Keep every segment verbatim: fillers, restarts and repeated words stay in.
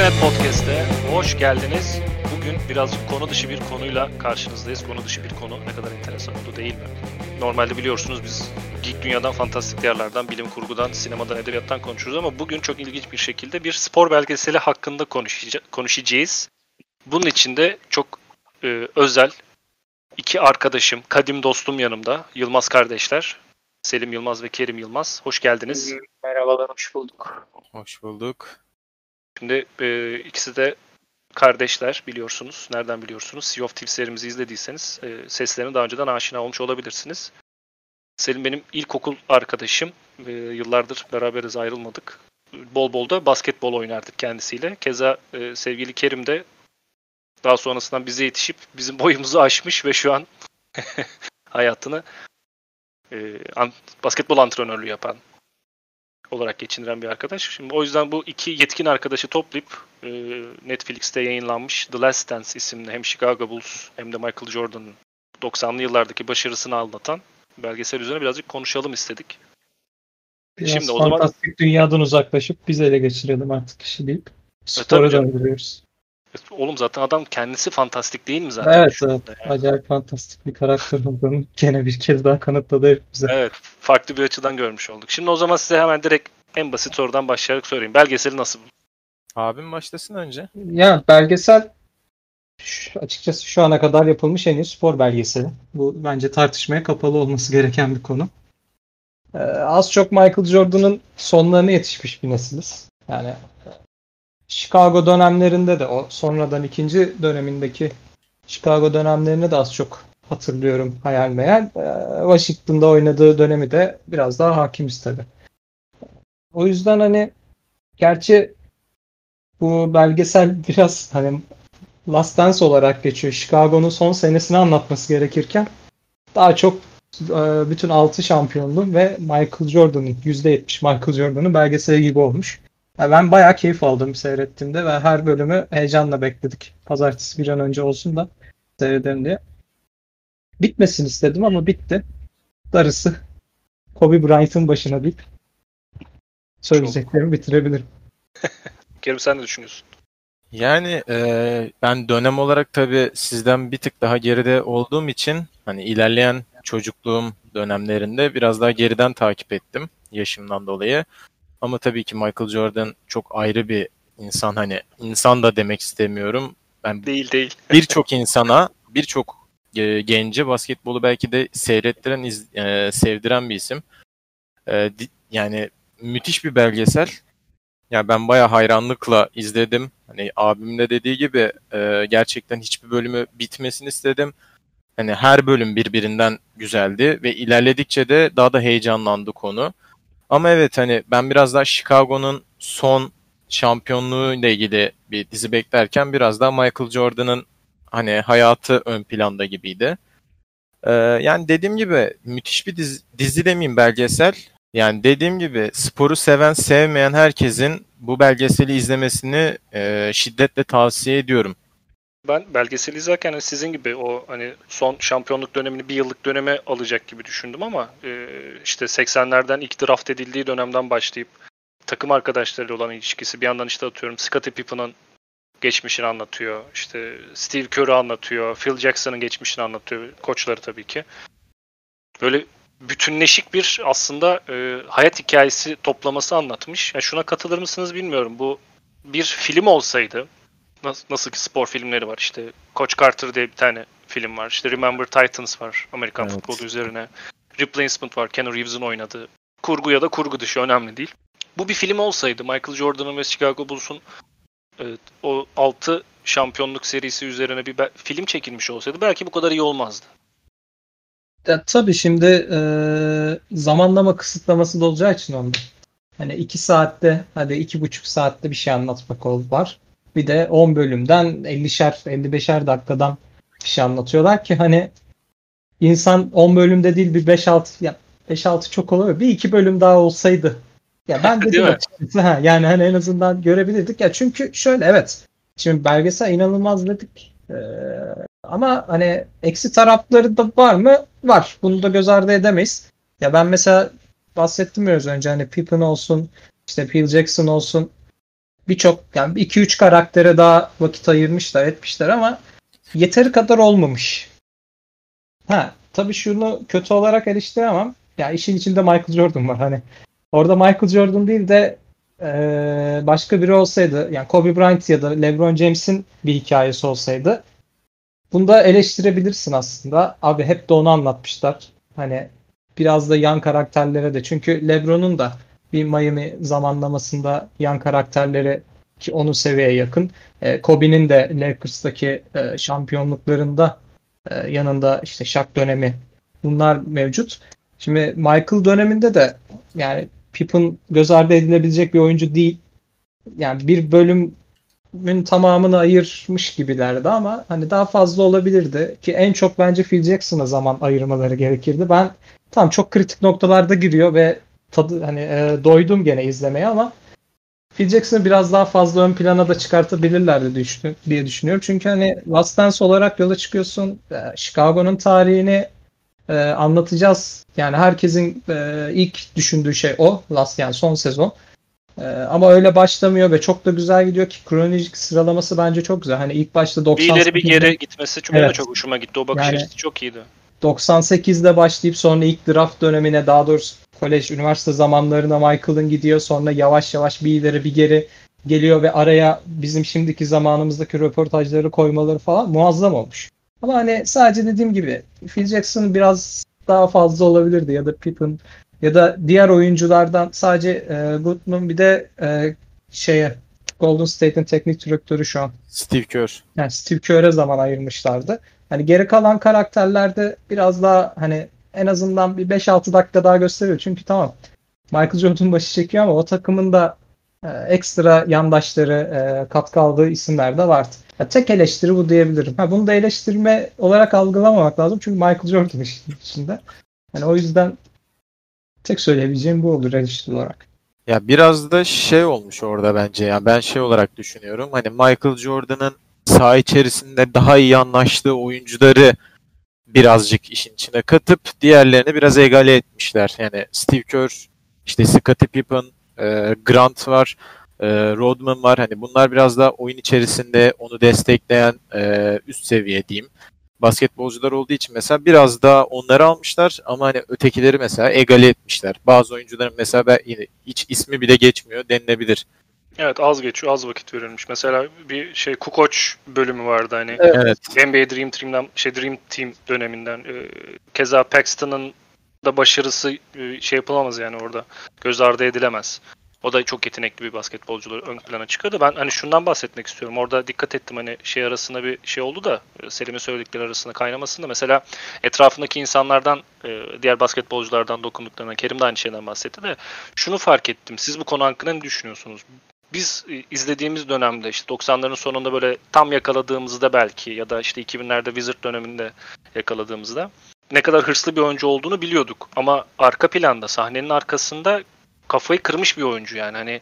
Internet Podcast'e hoş geldiniz. Bugün birazcık konu dışı bir konuyla karşınızdayız. Konu dışı bir konu ne kadar enteresan oldu değil mi? Normalde biliyorsunuz biz geek dünyadan, fantastik diyarlardan, bilim kurgudan, sinemadan, edebiyattan konuşuyoruz ama bugün çok ilginç bir şekilde bir spor belgeseli hakkında konuşaca- konuşacağız. Bunun için de çok e, özel iki arkadaşım, kadim dostum yanımda. Yılmaz kardeşler. Selim Yılmaz ve Kerim Yılmaz. Hoş geldiniz. Merhabalar, hoş bulduk. Hoş bulduk. Şimdi e, ikisi de kardeşler biliyorsunuz. Nereden biliyorsunuz? Sea of Thieves serimizi izlediyseniz e, seslerine daha önceden aşina olmuş olabilirsiniz. Selim benim ilkokul arkadaşım. E, yıllardır beraberiz, ayrılmadık. Bol bol da basketbol oynardık kendisiyle. Keza e, sevgili Kerim de daha sonrasından bize yetişip bizim boyumuzu aşmış ve şu an hayatını e, an, basketbol antrenörlüğü yapan olarak geçindiren bir arkadaş. Şimdi o yüzden bu iki yetkin arkadaşı toplayıp e, Netflix'te yayınlanmış The Last Dance isimli hem Chicago Bulls hem de Michael Jordan'ın doksanlı yıllardaki başarısını anlatan belgesel üzerine birazcık konuşalım istedik. Biraz Şimdi o fantastik zaman dünyadan uzaklaşıp biz ele geçirelim artık işi deyip spora döndürüyoruz. Oğlum zaten adam kendisi fantastik değil mi zaten? Evet, evet. Yani. Acayip fantastik bir karakter olduğunu gene bir kez daha kanıtladı hep bize. Evet, farklı bir açıdan görmüş olduk. Şimdi o zaman size hemen direkt en basit sorudan başlayarak sorayım. Belgeseli nasıl buldun? Abim başlasın önce. Ya belgesel açıkçası şu ana kadar yapılmış en iyi spor belgeseli. Bu bence tartışmaya kapalı olması gereken bir konu. Ee, az çok Michael Jordan'ın sonlarına yetişmiş bir nesiliz. Yani Chicago dönemlerinde de o sonradan ikinci dönemindeki Chicago dönemlerini de az çok hatırlıyorum hayal meyal. Ee, Washington'da oynadığı dönemi de biraz daha hakimiz tabii. O yüzden hani gerçi bu belgesel biraz hani Last Dance olarak geçiyor. Chicago'nun son senesini anlatması gerekirken daha çok e, bütün altı şampiyonluğu ve Michael Jordan'ın yüzde yetmiş Michael Jordan'ın belgeseli gibi olmuş. Yani ben bayağı keyif aldım seyrettiğimde ve her bölümü heyecanla bekledik. Pazartesi bir an önce olsun da seyredelim diye. Bitmesin istedim ama bitti. Darısı Kobe Bryant'ın başına deyip söyleyeceklerimi bitirebilirim. Kerim sen ne düşünüyorsun? Yani e, ben dönem olarak tabii sizden bir tık daha geride olduğum için hani ilerleyen çocukluğum dönemlerinde biraz daha geriden takip ettim yaşımdan dolayı. Ama tabii ki Michael Jordan çok ayrı bir insan, hani insan da demek istemiyorum. Ben Değil değil. birçok insana, birçok e, gence basketbolu belki de seyrettiren, iz, e, sevdiren bir isim. E, di, yani müthiş bir belgesel. Ya ben bayağı hayranlıkla izledim. Hani abimin de dediği gibi e, gerçekten hiçbir bölümü bitmesini istedim. Hani her bölüm birbirinden güzeldi ve ilerledikçe de daha da heyecanlandı konu. Ama evet, hani ben biraz daha Chicago'nun son şampiyonluğu ile ilgili bir dizi beklerken biraz daha Michael Jordan'ın hani hayatı ön planda gibiydi. Ee, yani dediğim gibi müthiş bir dizi, dizi demeyeyim, belgesel. Yani dediğim gibi sporu seven sevmeyen herkesin bu belgeseli izlemesini e, şiddetle tavsiye ediyorum. Ben belgeseli izlerken hani sizin gibi o hani son şampiyonluk dönemini bir yıllık döneme alacak gibi düşündüm ama e, işte seksenlerden ilk draft edildiği dönemden başlayıp takım arkadaşlarıyla olan ilişkisi, bir yandan işte atıyorum Scottie Pippen'ın geçmişini anlatıyor, işte Steve Kerr'ı anlatıyor, Phil Jackson'ın geçmişini anlatıyor, koçları tabii ki. Böyle bütünleşik bir aslında e, hayat hikayesi toplaması anlatmış. Yani şuna katılır mısınız bilmiyorum. Bu bir film olsaydı, nasıl, nasıl ki spor filmleri var, işte Coach Carter diye bir tane film var. İşte Remember Titans var, Amerikan Evet. futbolu üzerine. Replacement var, Keanu Reeves'in oynadığı. Kurgu ya da kurgu dışı önemli değil. Bu bir film olsaydı, Michael Jordan'ın ve Chicago Bulls'un e, o altı şampiyonluk serisi üzerine bir be- film çekilmiş olsaydı belki bu kadar iyi olmazdı. Ya, tabii şimdi e, zamanlama kısıtlaması da olacağı için onda. Hani iki saatte, hadi iki buçuk saatte bir şey anlatmak ol- var. Bir de on bölümden ellişer, elli beşer dakikadan bir şey anlatıyorlar ki hani insan on bölümde değil bir beş altı, ya beş altı çok oluyor. Bir iki bölüm daha olsaydı. Ya ben Değil dedim mi? açıkçası, ha, yani hani en azından görebilirdik. Ya çünkü şöyle, evet. Şimdi belgesel inanılmaz dedik. Ee, ama hani eksi tarafları da var mı? Var. Bunu da göz ardı edemeyiz. Ya ben mesela bahsettim biraz önce, hani Pippen olsun, işte Phil Jackson olsun. birçok yani iki üç karaktere daha vakit ayırmışlar, etmişler ama yeteri kadar olmamış. Ha, tabii şunu kötü olarak eleştiremem. Ya işin içinde Michael Jordan var. Hani orada Michael Jordan değil de e, başka biri olsaydı, yani Kobe Bryant ya da LeBron James'in bir hikayesi olsaydı, bunu da eleştirebilirsin aslında. Abi hep de onu anlatmışlar. Hani biraz da yan karakterlere de. Çünkü LeBron'un da bir Miami zamanlamasında yan karakterleri ki onun seviyeye yakın. E, Kobe'nin de Lakers'taki e, şampiyonluklarında e, yanında işte Shaq dönemi, bunlar mevcut. Şimdi Michael döneminde de yani Pippen göz ardı edilebilecek bir oyuncu değil. Yani bir bölümün tamamını ayırmış gibilerdi ama hani daha fazla olabilirdi ki en çok bence Phil Jackson'a zaman ayırmaları gerekirdi. Ben tamam, çok kritik noktalarda giriyor ve tadı hani e, doydum gene izlemeye ama Phil Jackson'ı biraz daha fazla ön plana da çıkartabilirlerdi düşün, diye düşünüyorum. Çünkü hani Last Dance olarak yola çıkıyorsun. E, Chicago'nun tarihini e, anlatacağız. Yani herkesin e, ilk düşündüğü şey o. Last, yani son sezon. E, ama öyle başlamıyor ve çok da güzel gidiyor ki kronolojik sıralaması bence çok güzel. Hani ilk başta Bir ileri bir doksan sekizde geri gitmesi çok, evet. da çok hoşuma gitti. O bakış Yani açısı çok iyiydi. doksan sekizde başlayıp sonra ilk draft dönemine, daha doğrusu kolej, üniversite zamanlarına Michael'ın gidiyor. Sonra yavaş yavaş bir ileri bir geri geliyor ve araya bizim şimdiki zamanımızdaki röportajları koymaları falan muazzam olmuş. Ama hani sadece dediğim gibi Phil Jackson biraz daha fazla olabilirdi ya da Pippen ya da diğer oyunculardan sadece e, Goodman, bir de e, şeye Golden State'in teknik direktörü şu an. Steve Kerr. Yani Steve Kerr'e zaman ayırmışlardı. Hani geri kalan karakterlerde biraz daha hani en azından bir beş altı dakika daha gösteriyor. Çünkü tamam, Michael Jordan başı çekiyor ama o takımın da e, ekstra yandaşları, e, katkı aldığı isimler de vardı. Ya tek eleştiri bu diyebilirim. Ha, bunu da eleştirme olarak algılamamak lazım. Çünkü Michael Jordan işin içinde. Yani o yüzden tek söyleyebileceğim bu olur eleştiri olarak. Ya biraz da şey olmuş orada bence ya. Ben şey olarak düşünüyorum. Hani Michael Jordan'ın saha içerisinde daha iyi anlaştığı oyuncuları birazcık işin içine katıp diğerlerini biraz egale etmişler. Yani Steve Kerr, işte Scottie Pippen, e, Grant var, e, Rodman var. Hani bunlar biraz daha oyun içerisinde onu destekleyen e, üst seviye diyeyim basketbolcular olduğu için mesela biraz daha onları almışlar ama hani ötekileri mesela egale etmişler. Bazı oyuncuların mesela ben yine hiç ismi bile geçmiyor denilebilir. Evet, az geçiyor, az vakit verilmiş. Mesela bir şey Kukoc bölümü vardı hani. Evet. Evet. N B A Dream Team'den, şey Dream Team döneminden. Ee, keza Paxton'ın da başarısı e, şey yapılamaz yani orada. Göz ardı edilemez. O da çok yetenekli bir basketbolcu ön plana çıkıyordu. Ben hani şundan bahsetmek istiyorum. Orada dikkat ettim, hani şey arasında bir şey oldu da Selim'in söyledikleri arasında kaynamasında. Mesela etrafındaki insanlardan, diğer basketbolculardan dokunduklarına, Kerim de aynı şeyden bahsetti de şunu fark ettim. Siz bu konu hakkında ne düşünüyorsunuz? Biz izlediğimiz dönemde işte doksanların sonunda böyle tam yakaladığımızda belki ya da işte iki binlerde Wizard döneminde yakaladığımızda ne kadar hırslı bir oyuncu olduğunu biliyorduk. Ama arka planda, sahnenin arkasında kafayı kırmış bir oyuncu yani. Hani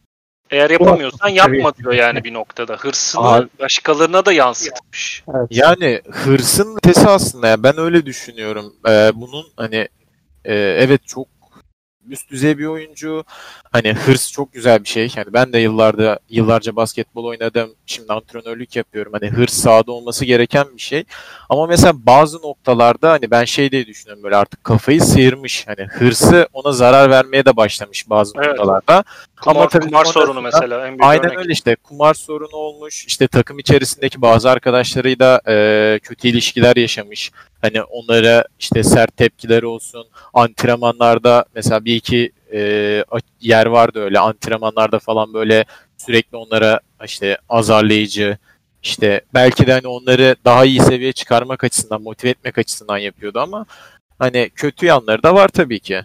eğer yapamıyorsan yapma diyor yani bir noktada. Hırsını Abi, başkalarına da yansıtmış. Evet. yani hırsın ötesi aslında ya ben öyle düşünüyorum. Ee, bunun hani e, evet çok üst düzey bir oyuncu. Hani hırs çok güzel bir şey. Yani ben de yıllarda yıllarca basketbol oynadım. Şimdi antrenörlük yapıyorum. Hani hırs sahada olması gereken bir şey. Ama mesela bazı noktalarda hani ben şey diye düşünüyorum, böyle artık kafayı sıyırmış. Hani hırsı ona zarar vermeye de başlamış bazı Evet. noktalarda. Kumar, Ama tabii kumar sonrasında, sorunu mesela en büyük aynen örnek. öyle işte kumar sorunu olmuş. İşte takım içerisindeki bazı arkadaşlarıyla e, kötü ilişkiler yaşamış. Hani onlara işte sert tepkiler olsun. Antrenmanlarda mesela bir iki e, yer vardı öyle. Antrenmanlarda falan böyle sürekli onlara işte azarlayıcı, işte belki de hani onları daha iyi seviyeye çıkarmak açısından, motive etmek açısından yapıyordu ama hani kötü yanları da var tabii ki.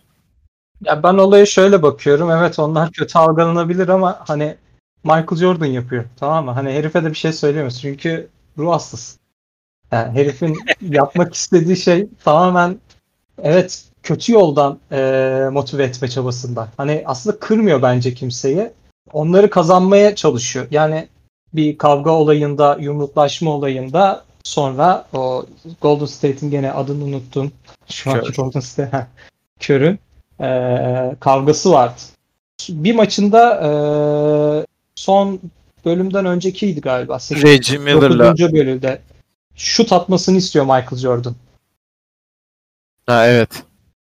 Ya ben olaya şöyle bakıyorum. Evet, onlar kötü algılanabilir ama hani Michael Jordan yapıyor. Tamam mı? Hani herife de bir şey söyleyemiyorsun. Çünkü ruh hastası. Yani herifin yapmak istediği şey tamamen, evet, kötü yoldan e, motive etme çabasında. Hani aslında kırmıyor bence kimseyi. Onları kazanmaya çalışıyor. Yani bir kavga olayında, yumruklaşma olayında sonra o Golden State'in, gene adını unuttum. Şu anki Kör. Golden State. Kör'ün e, kavgası vardı. Bir maçında e, son bölümden öncekiydi galiba. Reggie Miller'la. dokuzuncu bölümde şut atmasını istiyor Michael Jordan. Ha evet.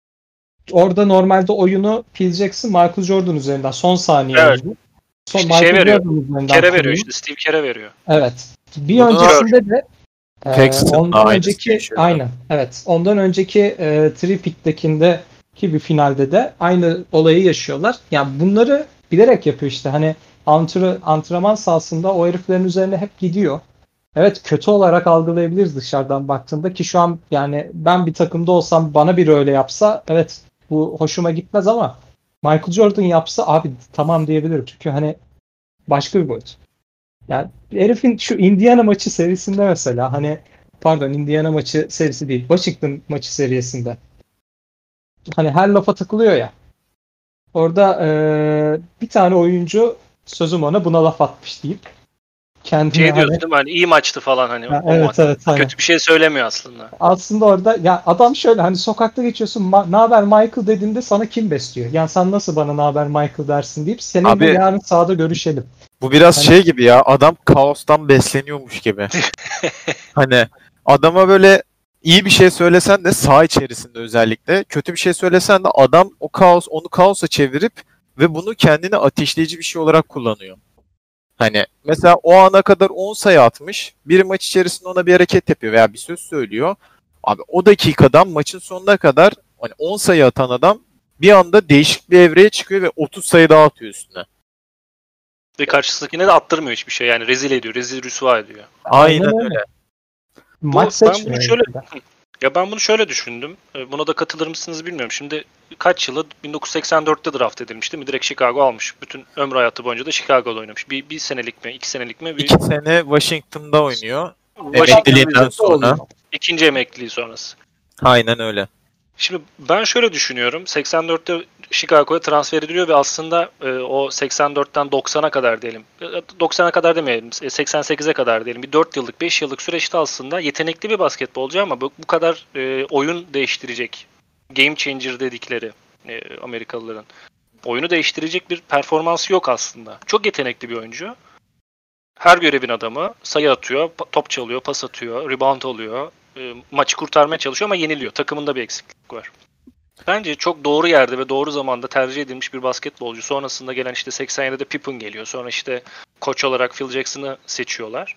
Orada normalde oyunu Phil Jackson Michael Jordan üzerinden son saniye Evet. oldu. Son İşte şey Michael veriyor. Jordan üzerinden Kere veriyor kuruyor. işte. Steve Ker'e veriyor. Evet. Bir Bunu öncesinde de e, Paxton ondan aynısı önceki yaşıyor. aynen evet. Ondan önceki e, Tripit'tekinde ki bir finalde de aynı olayı yaşıyorlar. Yani bunları bilerek yapıyor işte. Hani antrenör, antrenman sahasında o heriflerin üzerine hep gidiyor. Evet, kötü olarak algılayabiliriz dışarıdan baktığında ki şu an yani ben bir takımda olsam bana biri öyle yapsa evet bu hoşuma gitmez ama Michael Jordan yapsa abi tamam diyebilirim. Çünkü hani başka bir boyut. Yani herifin şu Indiana maçı serisinde mesela hani pardon Indiana maçı serisi değil Washington maçı serisinde hani her lafa takılıyor ya. Orada eee, bir tane oyuncu sözüm ona buna laf atmış deyip kendine Şey hani diyorsun değil mi? Hani iyi maçtı falan hani ha, o evet maç. evet hani Kötü bir şey söylemiyor aslında. aslında orada ya adam şöyle hani sokakta geçiyorsun "Ma- naber Michael" dediğinde sana kim besliyor? Yani sen nasıl bana naber Michael dersin deyip seninle Abi yarın sahada görüşelim. bu biraz Hani şey gibi ya, adam kaostan besleniyormuş gibi. Hani adama böyle iyi bir şey söylesen de saha içerisinde özellikle kötü bir şey söylesen de adam o kaos onu kaosa çevirip ve bunu kendine ateşleyici bir şey olarak kullanıyor. Hani mesela o ana kadar on sayı atmış, bir maç içerisinde ona bir hareket yapıyor veya bir söz söylüyor. Abi o dakikadan maçın sonuna kadar hani on sayı atan adam bir anda değişik bir evreye çıkıyor ve otuz sayı daha atıyor üstüne. Ve karşısındakine de attırmıyor hiçbir şey. Yani rezil ediyor. Rezil rüsva ediyor. Aynen aynen öyle. öyle. Bu, Maç ben seçmiyor bunu şöyle herifler. ya ben bunu şöyle düşündüm. E, Buna da katılır mısınız bilmiyorum. Şimdi kaç yılı bin dokuz yüz seksen dörtte draft edilmiş değil mi? Direkt Chicago almış. Bütün ömrü hayatı boyunca da Chicago'da oynamış. Bir, bir senelik mi, iki senelik mi? Bir İki sene Washington'da oynuyor. Washington Emekliliğinden Wizards'da sonra. oluyor. İkinci emekliliği sonrası. Aynen öyle. Şimdi ben şöyle düşünüyorum. seksen dörtte Chicago'ya transfer ediliyor ve aslında e, o seksen dörtten doksana kadar diyelim. e, doksana kadar demeyelim. e, seksen sekize kadar diyelim. Bir dört yıllık, beş yıllık süreçte aslında yetenekli bir basketbolcu ama bu, bu kadar e, oyun değiştirecek, game changer dedikleri e, Amerikalıların oyunu değiştirecek bir performansı yok aslında. Çok yetenekli bir oyuncu. Her görevin adamı. Sayı atıyor, pa- top çalıyor, pas atıyor, rebound oluyor. e, Maçı kurtarmaya çalışıyor ama yeniliyor. Takımında bir eksiklik var. Bence çok doğru yerde ve doğru zamanda tercih edilmiş bir basketbolcu. Sonrasında gelen işte seksen yedide Pippen geliyor. Sonra işte koç olarak Phil Jackson'ı seçiyorlar.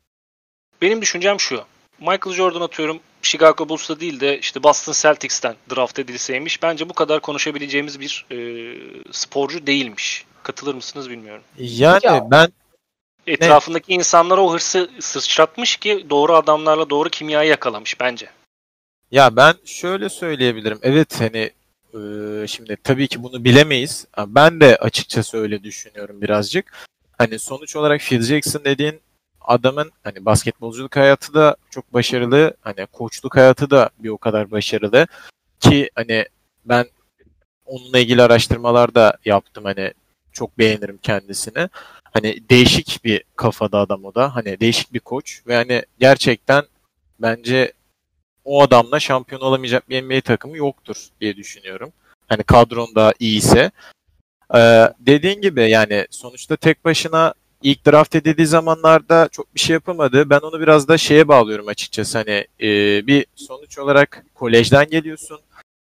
Benim düşüncem şu. Michael Jordan atıyorum Chicago Bulls'ta değil de işte Boston Celtics'ten draft edilseymiş. Bence bu kadar konuşabileceğimiz bir e, sporcu değilmiş. Katılır mısınız bilmiyorum. Yani Ya ben Etrafındaki insanlara o hırsı sıçratmış ki doğru adamlarla doğru kimyayı yakalamış bence. ya ben şöyle söyleyebilirim. Evet hani e, şimdi tabii ki bunu bilemeyiz. Ha, ben de açıkçası öyle düşünüyorum birazcık. Hani sonuç olarak Phil Jackson dediğin adamın hani basketbolculuk hayatı da çok başarılı. Hani koçluk hayatı da bir o kadar başarılı. Ki hani ben onunla ilgili araştırmalar da yaptım. Hani çok beğenirim kendisini. Hani değişik bir kafada adam o da. Hani değişik bir koç ve hani gerçekten bence o adamla şampiyon olamayacak bir N B A takımı yoktur diye düşünüyorum. Hani kadron da iyiyse. Ee, dediğin gibi yani sonuçta tek başına ilk draft edildiği zamanlarda çok bir şey yapamadı. Ben onu biraz da şeye bağlıyorum açıkçası. Hani e, bir sonuç olarak kolejden geliyorsun.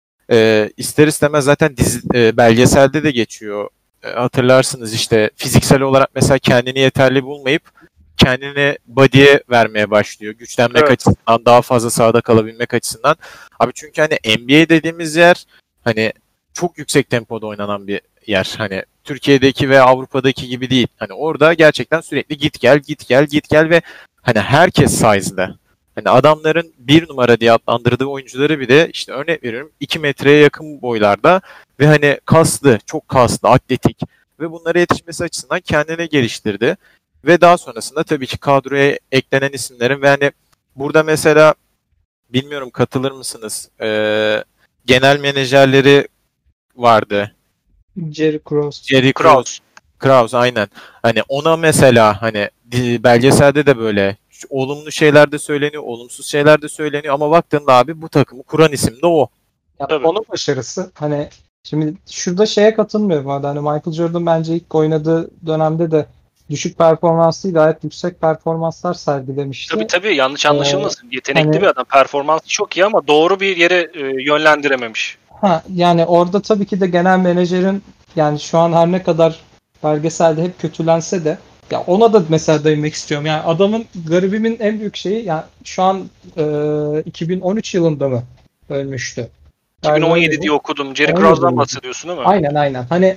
E, ister istemez zaten dizi, e, belgeselde de geçiyor. E, hatırlarsınız işte fiziksel olarak mesela kendini yeterli bulmayıp kendini body'ye vermeye başlıyor. Güçlenmek Evet. açısından, daha fazla sahada kalabilmek açısından. Abi çünkü hani N B A dediğimiz yer hani çok yüksek tempoda oynanan bir yer. Hani Türkiye'deki ve Avrupa'daki gibi değil. Hani orada gerçekten sürekli git gel, git gel, git gel ve hani herkes size'da. Hani adamların bir numara diye adlandırdığı oyuncuları bir de işte örnek veriyorum iki metreye yakın boylarda ve hani kaslı, çok kaslı, atletik ve bunlara yetişmesi açısından kendini geliştirdi. Ve daha sonrasında tabii ki kadroya eklenen isimlerin ve hani burada mesela bilmiyorum katılır mısınız? Ee, genel menajerleri vardı. Jerry Krause. Jerry Krause. Krause. Krause aynen. Hani ona mesela hani di- belgeselde de böyle olumlu şeyler de söyleniyor, olumsuz şeyler de söyleniyor ama baktığında abi bu takımı kuran isim de o. Ya Tabii. onun başarısı hani şimdi şurada şeye katılmıyorum. Orada hani Michael Jordan bence ilk oynadığı dönemde de düşük performanslı gayet yüksek performanslar sergilemişti. Tabii tabii yanlış anlaşılmasın. Ee, Yetenekli hani- bir adam. Performansı çok iyi ama doğru bir yere e, yönlendirememiş. Ha, yani orada tabii ki de genel menajerin, yani şu an her ne kadar belgeselde hep kötülense de, ya ona da mesela değinmek istiyorum. Yani adamın, garibimin en büyük şeyi, yani şu an e, iki bin on üç yılında mı ölmüştü? Galiba iki bin on yedi öyle. diye okudum. Jerry on yedi Krause'dan miydi? bahsediyorsun değil mi? Aynen aynen. Hani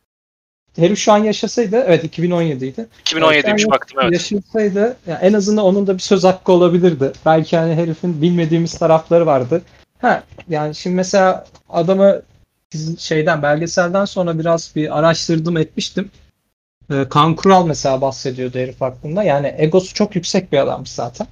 herif şu an yaşasaydı, evet iki bin on yediydi. iki bin on yediymiş Yani baktım evet. yaşasaydı ya en azından onun da bir söz hakkı olabilirdi. Belki hani herifin bilmediğimiz tarafları vardı. Ha, yani şimdi mesela adamı sizin şeyden, belgeselden sonra biraz bir araştırdım etmiştim. Ee, Kaan Kural mesela bahsediyordu herif hakkında. Yani egosu çok yüksek bir adammış zaten.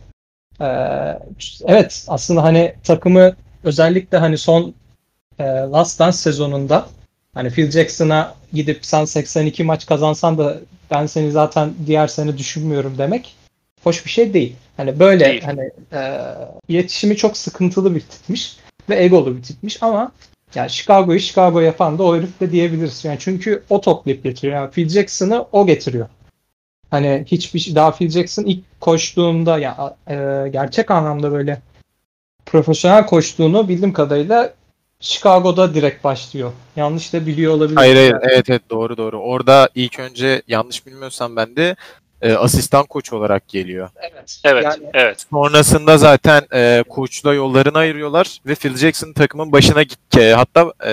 Ee, evet aslında hani takımı özellikle hani son e, Last Dance sezonunda, hani Phil Jackson'a gidip sen seksen iki maç kazansan da ben seni zaten diğer sene düşünmüyorum demek hoş bir şey değil. Hani böyle Değil. hani e, iletişimi çok sıkıntılı bir tipmiş ve egolu bir tipmiş ama yani Chicago'yu Chicago yapan da o herif de diyebiliriz. Yani çünkü o toplayıp getiriyor. Yani Phil Jackson'ı o getiriyor. Hani hiçbir şey, daha Phil Jackson ilk koştuğunda ya e, gerçek anlamda böyle profesyonel koştuğunu bildiğim kadarıyla Chicago'da direkt başlıyor. Yanlış da biliyor olabilirim. Hayır hayır evet evet doğru doğru. Orada ilk önce yanlış bilmiyorsam ben de e, asistan koç olarak geliyor. Evet. Evet, Yani evet. Sonrasında zaten e, koçla yollarını ayırıyorlar ve Phil Jackson takımın başına git e, hatta e,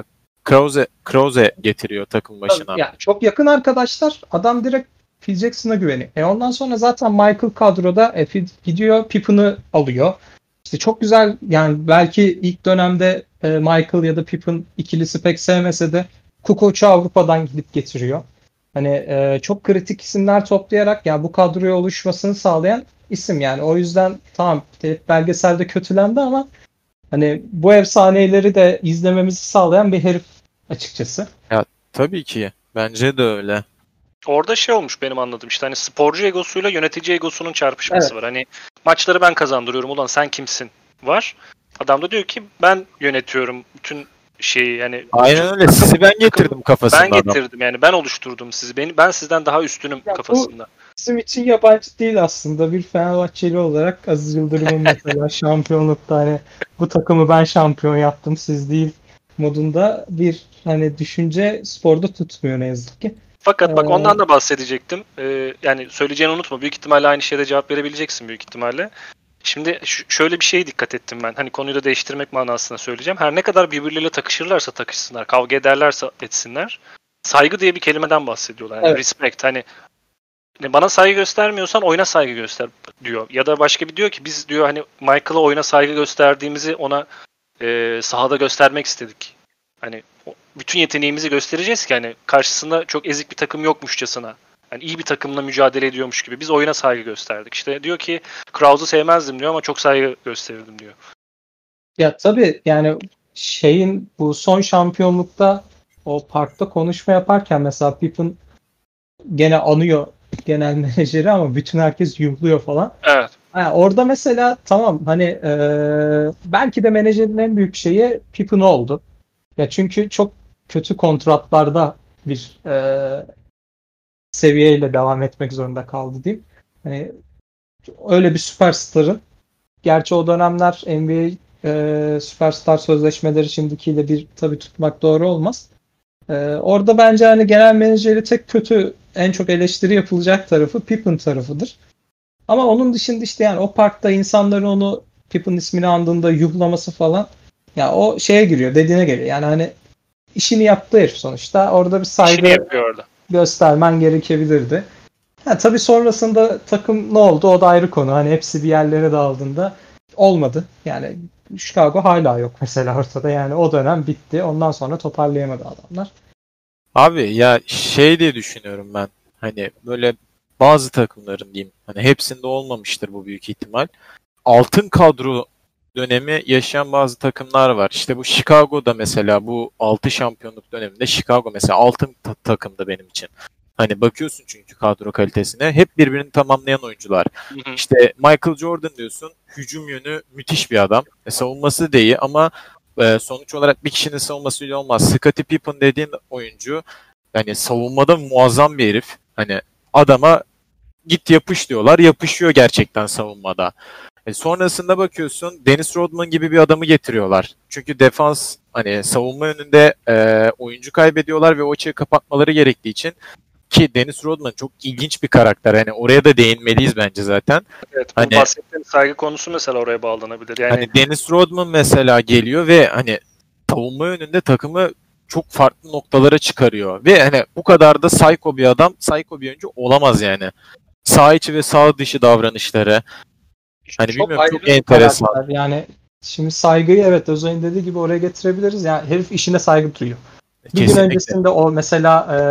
Krause Krause getiriyor takım başına. ya çok yakın arkadaşlar. Adam direkt Phil Jackson'a güveniyor. E ondan sonra zaten Michael kadroda e, Phil gidiyor Pippen'ı alıyor. İşte çok güzel, yani belki ilk dönemde e, Michael ya da Pippen ikilisi pek sevmese de Kukoc'u Avrupa'dan gidip getiriyor. Hani e, çok kritik isimler toplayarak yani bu kadroya oluşmasını sağlayan isim yani. O yüzden tamam belgeselde kötülendi ama hani bu efsaneleri de izlememizi sağlayan bir herif açıkçası. Tabii ki. Bence de öyle. Orada şey olmuş benim anladığım, işte hani sporcu egosuyla yönetici egosunun çarpışması Evet. var. Hani maçları ben kazandırıyorum, ulan sen kimsin var. Adam da diyor ki ben yönetiyorum bütün şeyi, yani Aynen öyle. Sizi ben getirdim kafasında ben adam. getirdim, yani ben oluşturdum sizi. Beni, ben sizden daha üstünüm Ya bu- kafasında. Bizim için yabancı değil aslında. Bir Fenerbahçeli olarak Aziz Yıldırım'ın mesela şampiyonlukta hani bu takımı ben şampiyon yaptım siz değil modunda bir hani düşünce sporda tutmuyor ne yazık ki. Fakat bak Ee, ondan da bahsedecektim. Ee, yani söyleyeceğini unutma. Büyük ihtimalle aynı şeyde cevap verebileceksin büyük ihtimalle. Şimdi ş- şöyle bir şeye dikkat ettim ben. Hani konuyu da değiştirmek manasında söyleyeceğim. Her ne kadar birbirleriyle takışırlarsa takışsınlar, kavga ederlerse etsinler. Saygı diye bir kelimeden bahsediyorlar. Yani Evet. respect. Hani hani bana saygı göstermiyorsan oyuna saygı göster diyor. Ya da başka bir diyor ki biz diyor hani Michael'a oyuna saygı gösterdiğimizi ona e, sahada göstermek istedik. Hani o- bütün yeteneğimizi göstereceğiz ki hani karşısında çok ezik bir takım yokmuşçasına. Yani iyi bir takımla mücadele ediyormuş gibi. Biz oyuna saygı gösterdik. İşte diyor ki Krause'u sevmezdim diyor ama çok saygı gösterirdim diyor. Ya tabii yani şeyin bu son şampiyonlukta o parkta konuşma yaparken mesela Pippen gene anıyor genel menajeri ama bütün herkes yumluyor falan. Evet. Ha, orada mesela tamam hani e, belki de menajerin en büyük şeyi Pippen oldu. Ya çünkü çok kötü kontratlarda bir e, seviyeyle devam etmek zorunda kaldı diyeyim. Hani öyle bir süperstarın, gerçi o dönemler N B A e, süperstar sözleşmeleri şimdikiyle bir tabii tutmak doğru olmaz. E, orada bence hani genel menajeri tek kötü, en çok eleştiri yapılacak tarafı Pippen tarafıdır. Ama onun dışında işte yani o parkta insanların onu Pippen ismini andığında yuhlaması falan, ya o şeye giriyor, dediğine geliyor. Yani hani işini yaptı herif sonuçta. Orada bir İşini saygı yapıyor orada. göstermen gerekebilirdi. Ha, tabii sonrasında takım ne oldu o da ayrı konu. Hani hepsi bir yerlere dağıldığında olmadı. Yani Chicago hala yok mesela ortada. Yani o dönem bitti. Ondan sonra toparlayamadı adamlar. Abi ya şey diye düşünüyorum ben. Hani böyle bazı takımların diyeyim. Hani hepsinde olmamıştır bu büyük ihtimal. Altın kadro dönemi yaşayan bazı takımlar var. İşte bu Chicago'da mesela bu altı şampiyonluk döneminde Chicago mesela altın ta- takımdı benim için. Hani bakıyorsun çünkü kadro kalitesine hep birbirini tamamlayan oyuncular. Hı hı. İşte Michael Jordan diyorsun, hücum yönü müthiş bir adam. E, savunması da iyi ama e, sonuç olarak bir kişinin savunmasıyla olmaz. Scottie Pippen dediğin oyuncu yani savunmada muazzam bir herif. Hani adama git yapış diyorlar. Yapışıyor gerçekten savunmada. E sonrasında bakıyorsun Dennis Rodman gibi bir adamı getiriyorlar. Çünkü defans hani savunma yönünde e, oyuncu kaybediyorlar ve o açığı kapatmaları gerektiği için ki Dennis Rodman çok ilginç bir karakter. Hani oraya da değinmeliyiz bence zaten. Evet, bu hani, bahsettiğim saygı konusu mesela oraya bağlanabilir. Yani hani Dennis Rodman mesela geliyor ve hani savunma yönünde takımı çok farklı noktalara çıkarıyor. Ve hani bu kadar da psycho bir adam, psycho bir oyuncu olamaz yani. Sağ içi ve sağ dışı davranışları. Hani Çok bilmiyorum ayrı çok bir enteresan. karakter. Yani şimdi saygıyı evet Özay'ın dediği gibi oraya getirebiliriz. Yani herif işine saygı duyuyor. Bir gün Kesinlikle. öncesinde o mesela e,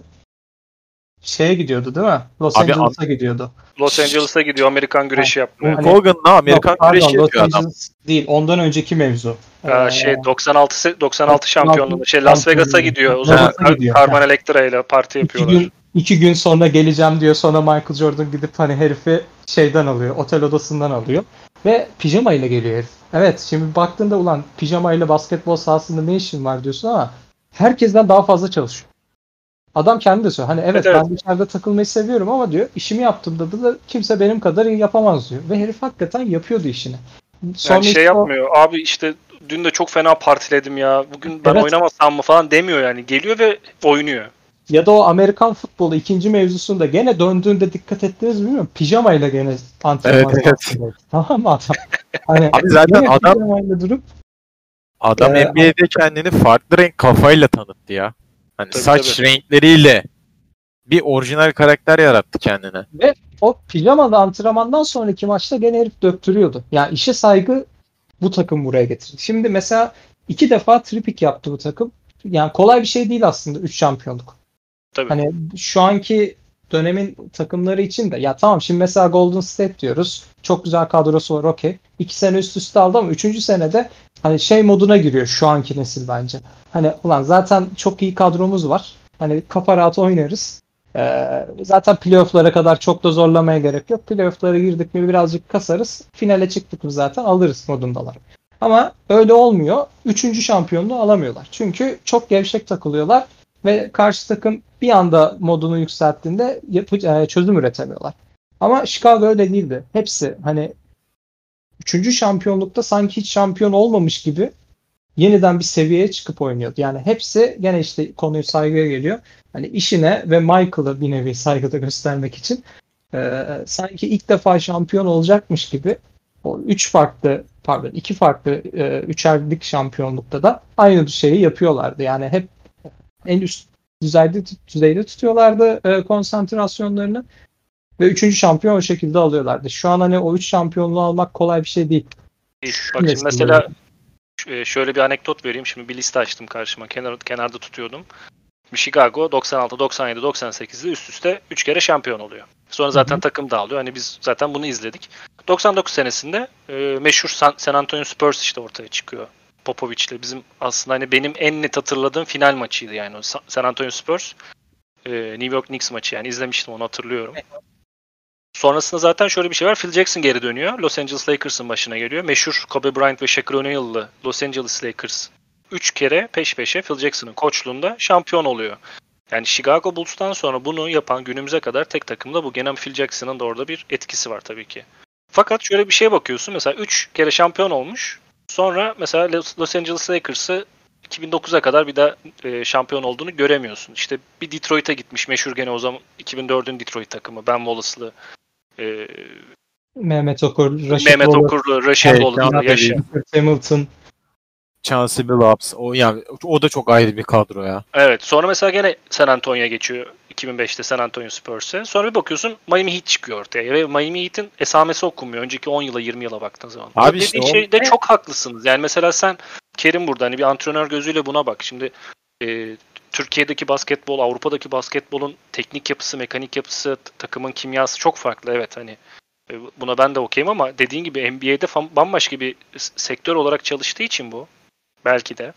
şeye gidiyordu değil mi? Los Abi, Angeles'a gidiyordu. Los Angeles'a gidiyor Amerikan güreşi yapmaya. Hulk Hani- Hogan'la Amerikan Yok, pardon, güreşi Los yapıyor adam. Angeles değil. Ondan önceki mevzu. Ee, Ee, şey doksan altı doksan altı şampiyonluğu. Şey Las şampiyonluğu. Vegas'a gidiyor. O Las zaman Vegas'a Kar- gidiyor. Carmen Ha. Electra ile parti İki yapıyorlar. gün, iki gün sonra geleceğim diyor. Sonra Michael Jordan gidip hani herifi şeyden alıyor. Otel odasından alıyor. Ve pijama ile geliyor herif. Evet, şimdi baktığında ulan pijama ile basketbol sahasında ne işin var diyorsun ama herkesten daha fazla çalışıyor. Adam kendi de söylüyor. Hani evet, Evet, evet. ben dışarıda takılmayı seviyorum ama diyor işimi yaptığımda da kimse benim kadar iyi yapamaz diyor. Ve herif hakikaten yapıyordu işini. Sonra Yani şey işte o- yapmıyor. Abi işte dün de çok fena partiledim ya. Bugün ben Evet. oynamasam mı falan demiyor yani. Geliyor ve oynuyor. Ya da o Amerikan futbolu ikinci mevzusunda gene döndüğünde dikkat ettiniz mi bilmiyorum. Pijamayla gene antrenman Evet, evet. sahasındaydı. Tamam mı adam? Hani Abi zaten gene adam- pijamayla durup Adam Ee, N B A'de kendini farklı renk kafayla tanıttı ya. Hani Tabii, saç tabii. renkleriyle bir orijinal karakter yarattı kendine. ve o pijamalı antrenmandan sonraki maçta gene herif döktürüyordu. Yani işe saygı bu takım buraya getirdi. Şimdi mesela iki defa tripik yaptı bu takım. Yani kolay bir şey değil aslında üç şampiyonluk. Tabii. Hani şu anki dönemin takımları için de ya tamam şimdi mesela Golden State diyoruz. Çok güzel kadrosu var okey. İki sene üst üste aldı ama üçüncü senede hani şey moduna giriyor şu anki nesil bence. Hani ulan zaten çok iyi kadromuz var. Hani kafa rahat oynarız. Ee, zaten playoff'lara kadar çok da zorlamaya gerek yok. Playoff'lara girdik mi birazcık kasarız. Finale çıktık mı zaten alırız modundalar. Ama öyle olmuyor. Üçüncü şampiyonluğu alamıyorlar. Çünkü çok gevşek takılıyorlar ve karşı takım bir anda modunu yükselttiğinde yapı- e, çözüm üretemiyorlar. Ama Chicago öyle değildi. Hepsi hani üçüncü şampiyonlukta sanki hiç şampiyon olmamış gibi yeniden bir seviyeye çıkıp oynuyordu. Yani hepsi gene işte konuyu saygıya geliyor. Hani işine ve Michael'a bir nevi saygıda göstermek için e, sanki ilk defa şampiyon olacakmış gibi o üç farklı pardon iki farklı e, üçerlik şampiyonlukta da aynı şeyi yapıyorlardı. Yani hep en üst düzeyde düzeyde tutuyorlardı e, konsantrasyonlarını ve üçüncü şampiyon o şekilde alıyorlardı. Şu an hani o üç şampiyonluğu almak kolay bir şey değil. Değil. Bak şimdi mesela e, şöyle bir anekdot vereyim. Şimdi bir liste açtım karşıma. Kenar, kenarda tutuyordum. Chicago doksan altı, doksan yedi, doksan sekizde üst üste üç kere şampiyon oluyor. Sonra zaten Hı hı. takım dağılıyor. Hani biz zaten bunu izledik. doksan dokuz senesinde e, meşhur San, San Antonio Spurs işte ortaya çıkıyor. Popovic'le. Bizim aslında hani benim en net hatırladığım final maçıydı yani o San Antonio Spurs. e, New York Knicks maçı yani izlemiştim onu hatırlıyorum. Sonrasında zaten şöyle bir şey var. Phil Jackson geri dönüyor. Los Angeles Lakers'ın başına geliyor. Meşhur Kobe Bryant ve Shaquille O'Neal'lı Los Angeles Lakers üç kere peş peşe Phil Jackson'ın koçluğunda şampiyon oluyor. Yani Chicago Bulls'tan sonra bunu yapan günümüze kadar tek takımda bu. Gene Phil Jackson'ın da orada bir etkisi var tabii ki. Fakat şöyle bir şeye bakıyorsun. Mesela üç kere şampiyon olmuş. Sonra mesela Los Angeles Lakers'ı iki bin dokuza kadar bir daha e, şampiyon olduğunu göremiyorsun. İşte bir Detroit'e gitmiş meşhur gene o zaman iki bin dördün Detroit takımı. Ben Wallace'lı e, Mehmet Okur, Rashid Mehmet Wallace, Okur'lu, Rashid Şey, Wallace'lı Keanu yaşa. Kurt Hamilton. Chauncey Billups o yani o da çok ayrı bir kadro ya. Evet. Sonra mesela gene San Antonio'ya geçiyor. iki bin beşte San Antonio Spurs'e. Sonra bir bakıyorsun Miami Heat çıkıyor ortaya. Ve Miami Heat'in esamesi okunmuyor. Önceki on yıla yirmi yıla baktığın zaman. Abi Bu işte dediğin o- şeyde çok haklısınız. Yani mesela sen Kerim burada hani bir antrenör gözüyle buna bak. Şimdi e, Türkiye'deki basketbol, Avrupa'daki basketbolun teknik yapısı, mekanik yapısı, t- takımın kimyası çok farklı. Evet hani e, buna ben de okeyim ama dediğin gibi N B A'de fam- bambaşka bir s- sektör olarak çalıştığı için bu belki de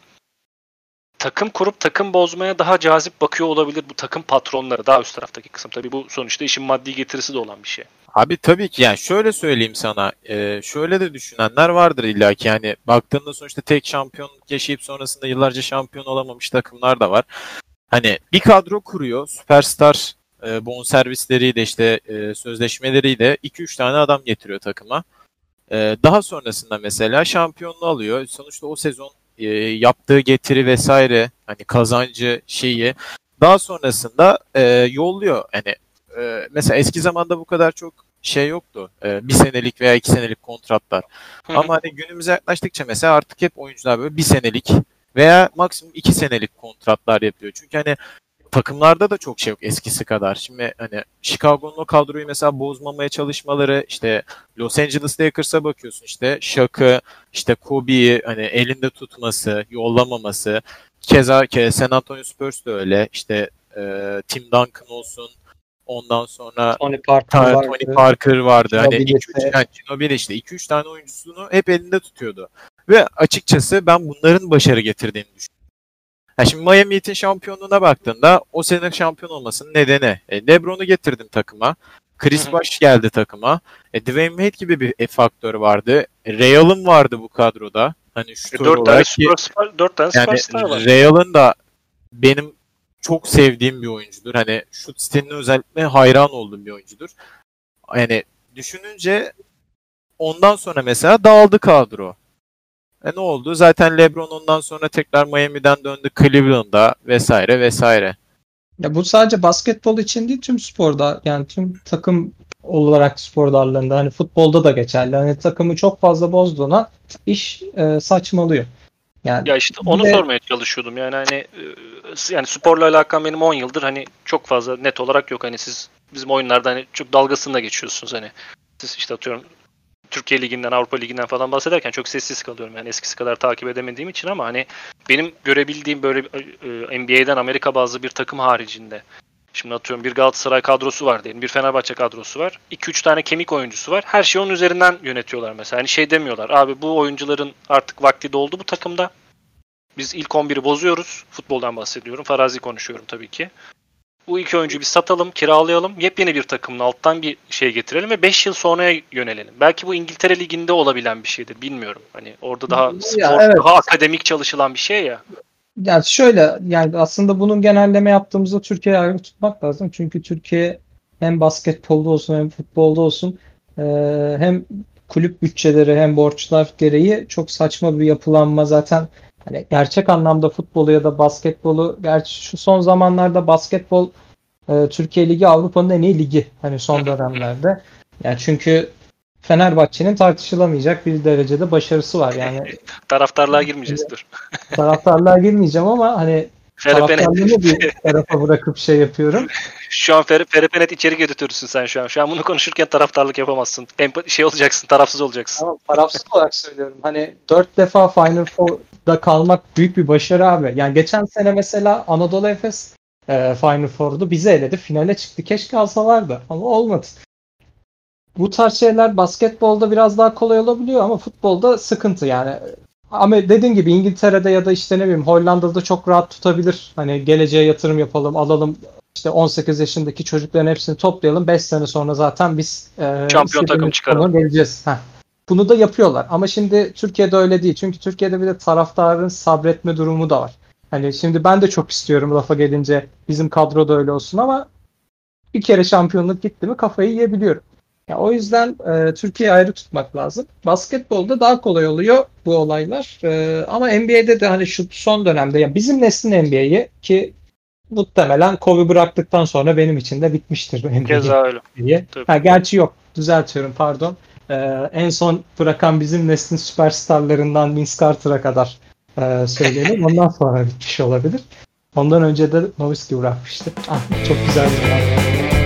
takım kurup takım bozmaya daha cazip bakıyor olabilir bu takım patronları daha üst taraftaki kısım. Tabii bu sonuçta işin maddi getirisi de olan bir şey. Abi tabii ki yani şöyle söyleyeyim sana e, şöyle de düşünenler vardır illa ki yani baktığında sonuçta tek şampiyonluk yaşayıp sonrasında yıllarca şampiyon olamamış takımlar da var. Hani bir kadro kuruyor süperstar e, bonservisleriyle işte e, sözleşmeleriyle iki üç tane adam getiriyor takıma. E, daha sonrasında mesela şampiyonluğu alıyor. Sonuçta o sezon e, yaptığı getiri vesaire hani kazancı şeyi daha sonrasında e, yolluyor. Hani e, mesela eski zamanda bu kadar çok şey yoktu. E, bir senelik veya iki senelik kontratlar. Ama hani günümüze yaklaştıkça mesela artık hep oyuncular böyle bir senelik veya maksimum iki senelik kontratlar yapıyor. Çünkü hani takımlarda da çok şey yok eskisi kadar. Şimdi hani Chicago'nun o kadroyu mesela bozmamaya çalışmaları, işte Los Angeles Lakers'a bakıyorsun, işte Shaq'ı, işte Kobe'yi hani elinde tutması, yollamaması. Keza ke San Antonio Spurs de öyle. İşte e, Tim Duncan olsun. Ondan sonra Tony Parker Ta- vardı. Tony Parker vardı. Hani iki üç Ginobili'si. yani Ginobili işte iki üç tane oyuncusunu hep elinde tutuyordu. Ve açıkçası ben bunların başarı getirdiğini düşünüyorum. Ha şimdi Miami Heat'in şampiyonluğuna baktığında o sene şampiyon olmasının nedeni e, LeBron'u getirdim takıma. Chris Bosh geldi takıma. E, Dwayne Wade gibi bir e, faktör vardı. E, Ray Allen vardı bu kadroda. Hani şutör E, dört tane olarak ki süperstar, dört tane yani süperstar var. Ray Allen da benim çok sevdiğim bir oyuncudur. Hani şut stiline özellikle hayran olduğum bir oyuncudur. Yani düşününce ondan sonra mesela dağıldı kadro. E ne oldu? Zaten LeBron ondan sonra tekrar Miami'den döndü Cleveland'a vesaire vesaire. Ya bu sadece basketbol için değil, tüm sporda, yani tüm takım olarak spor dallarında, hani futbolda da geçerli. Hani takımı çok fazla bozduğuna iş e, saçmalıyor. Yani Ya işte bir onu de sormaya çalışıyordum. Yani hani e, yani sporla alakam benim on yıldır hani çok fazla net olarak yok. Hani siz bizim oyunlarda hani çok dalgasında geçiyorsunuz hani. Siz işte atıyorum Türkiye Ligi'nden, Avrupa Ligi'nden falan bahsederken çok sessiz kalıyorum. Yani eskisi kadar takip edemediğim için ama hani benim görebildiğim böyle e, N B A'den Amerika bazlı bir takım haricinde. Şimdi atıyorum bir Galatasaray kadrosu var diyelim, bir Fenerbahçe kadrosu var. iki üç tane kemik oyuncusu var. Her şeyi onun üzerinden yönetiyorlar mesela. Hani şey demiyorlar. Abi bu oyuncuların artık vakti doldu bu takımda. Biz ilk on biri bozuyoruz. Futboldan bahsediyorum. Farazi konuşuyorum tabii ki. Bu iki oyuncuyu bir satalım, kiralayalım. Yepyeni bir takımla alttan bir şey getirelim ve beş yıl sonraya yönelelim. Belki bu İngiltere Ligi'nde olabilen bir şeydir. Bilmiyorum. Hani orada daha ya spor, evet, daha akademik çalışılan bir şey ya. yani şöyle, yani aslında bunun genelleme yaptığımızda Türkiye'yi ayrı tutmak lazım. Çünkü Türkiye hem basketbolda olsun hem futbolda olsun e, hem kulüp bütçeleri hem borçlar gereği çok saçma bir yapılanma zaten. Hani gerçek anlamda futbolu ya da basketbolu, gerçi şu son zamanlarda basketbol e, Türkiye Ligi Avrupa'nın en iyi ligi hani son dönemlerde. Yani çünkü Fenerbahçe'nin tartışılamayacak bir derecede başarısı var. Yani Taraftarlığa girmeyeceğiz dur. taraftarlığa girmeyeceğim ama hani Ferepenet. taraftarlığımı bir tarafa bırakıp şey yapıyorum. Şu an Fer Ferepenet içeri götürürsün sen şu an. Şu an bunu konuşurken taraftarlık yapamazsın. Empa- şey olacaksın, tarafsız olacaksın. Ama tarafsız olarak söylüyorum. Hani dört defa Final Four'da kalmak büyük bir başarı abi. Yani geçen sene mesela Anadolu Efes e, Final Four'du. Bizi eledi. Finale çıktı. Keşke alsalardı. Ama olmadı. Bu tarz şeyler basketbolda biraz daha kolay olabiliyor ama futbolda sıkıntı yani. Ama dediğim gibi İngiltere'de ya da işte ne bileyim Hollanda'da çok rahat tutabilir. Hani geleceğe yatırım yapalım, alalım, işte on sekiz yaşındaki çocukların hepsini toplayalım. beş sene sonra zaten biz e, Şampiyon takım istediğimiz konuma çıkaralım. geleceğiz. Heh. Bunu da yapıyorlar. Ama şimdi Türkiye'de öyle değil. Çünkü Türkiye'de bir de taraftarın sabretme durumu da var. Hani şimdi ben de çok istiyorum lafa gelince bizim kadroda öyle olsun ama bir kere şampiyonluk gitti mi kafayı yiyebiliyorum. Ya o yüzden e, Türkiye'yi ayrı tutmak lazım. Basketbolda daha kolay oluyor bu olaylar. E, ama N B A'de de hani şu son dönemde, ya bizim neslin N B A'yi ki muhtemelen Kobe bıraktıktan sonra benim için de bitmiştir N B A Keza öyle. diye. Tabii. Ha, gerçi yok. Düzeltiyorum, pardon. E, en son bırakan bizim neslin süperstarlarından Vince Carter'a kadar e, söyleyelim. Ondan sonra bitmiş olabilir. Ondan önce de Nowitzki bırakmıştı. Ah, çok güzel bir zaman.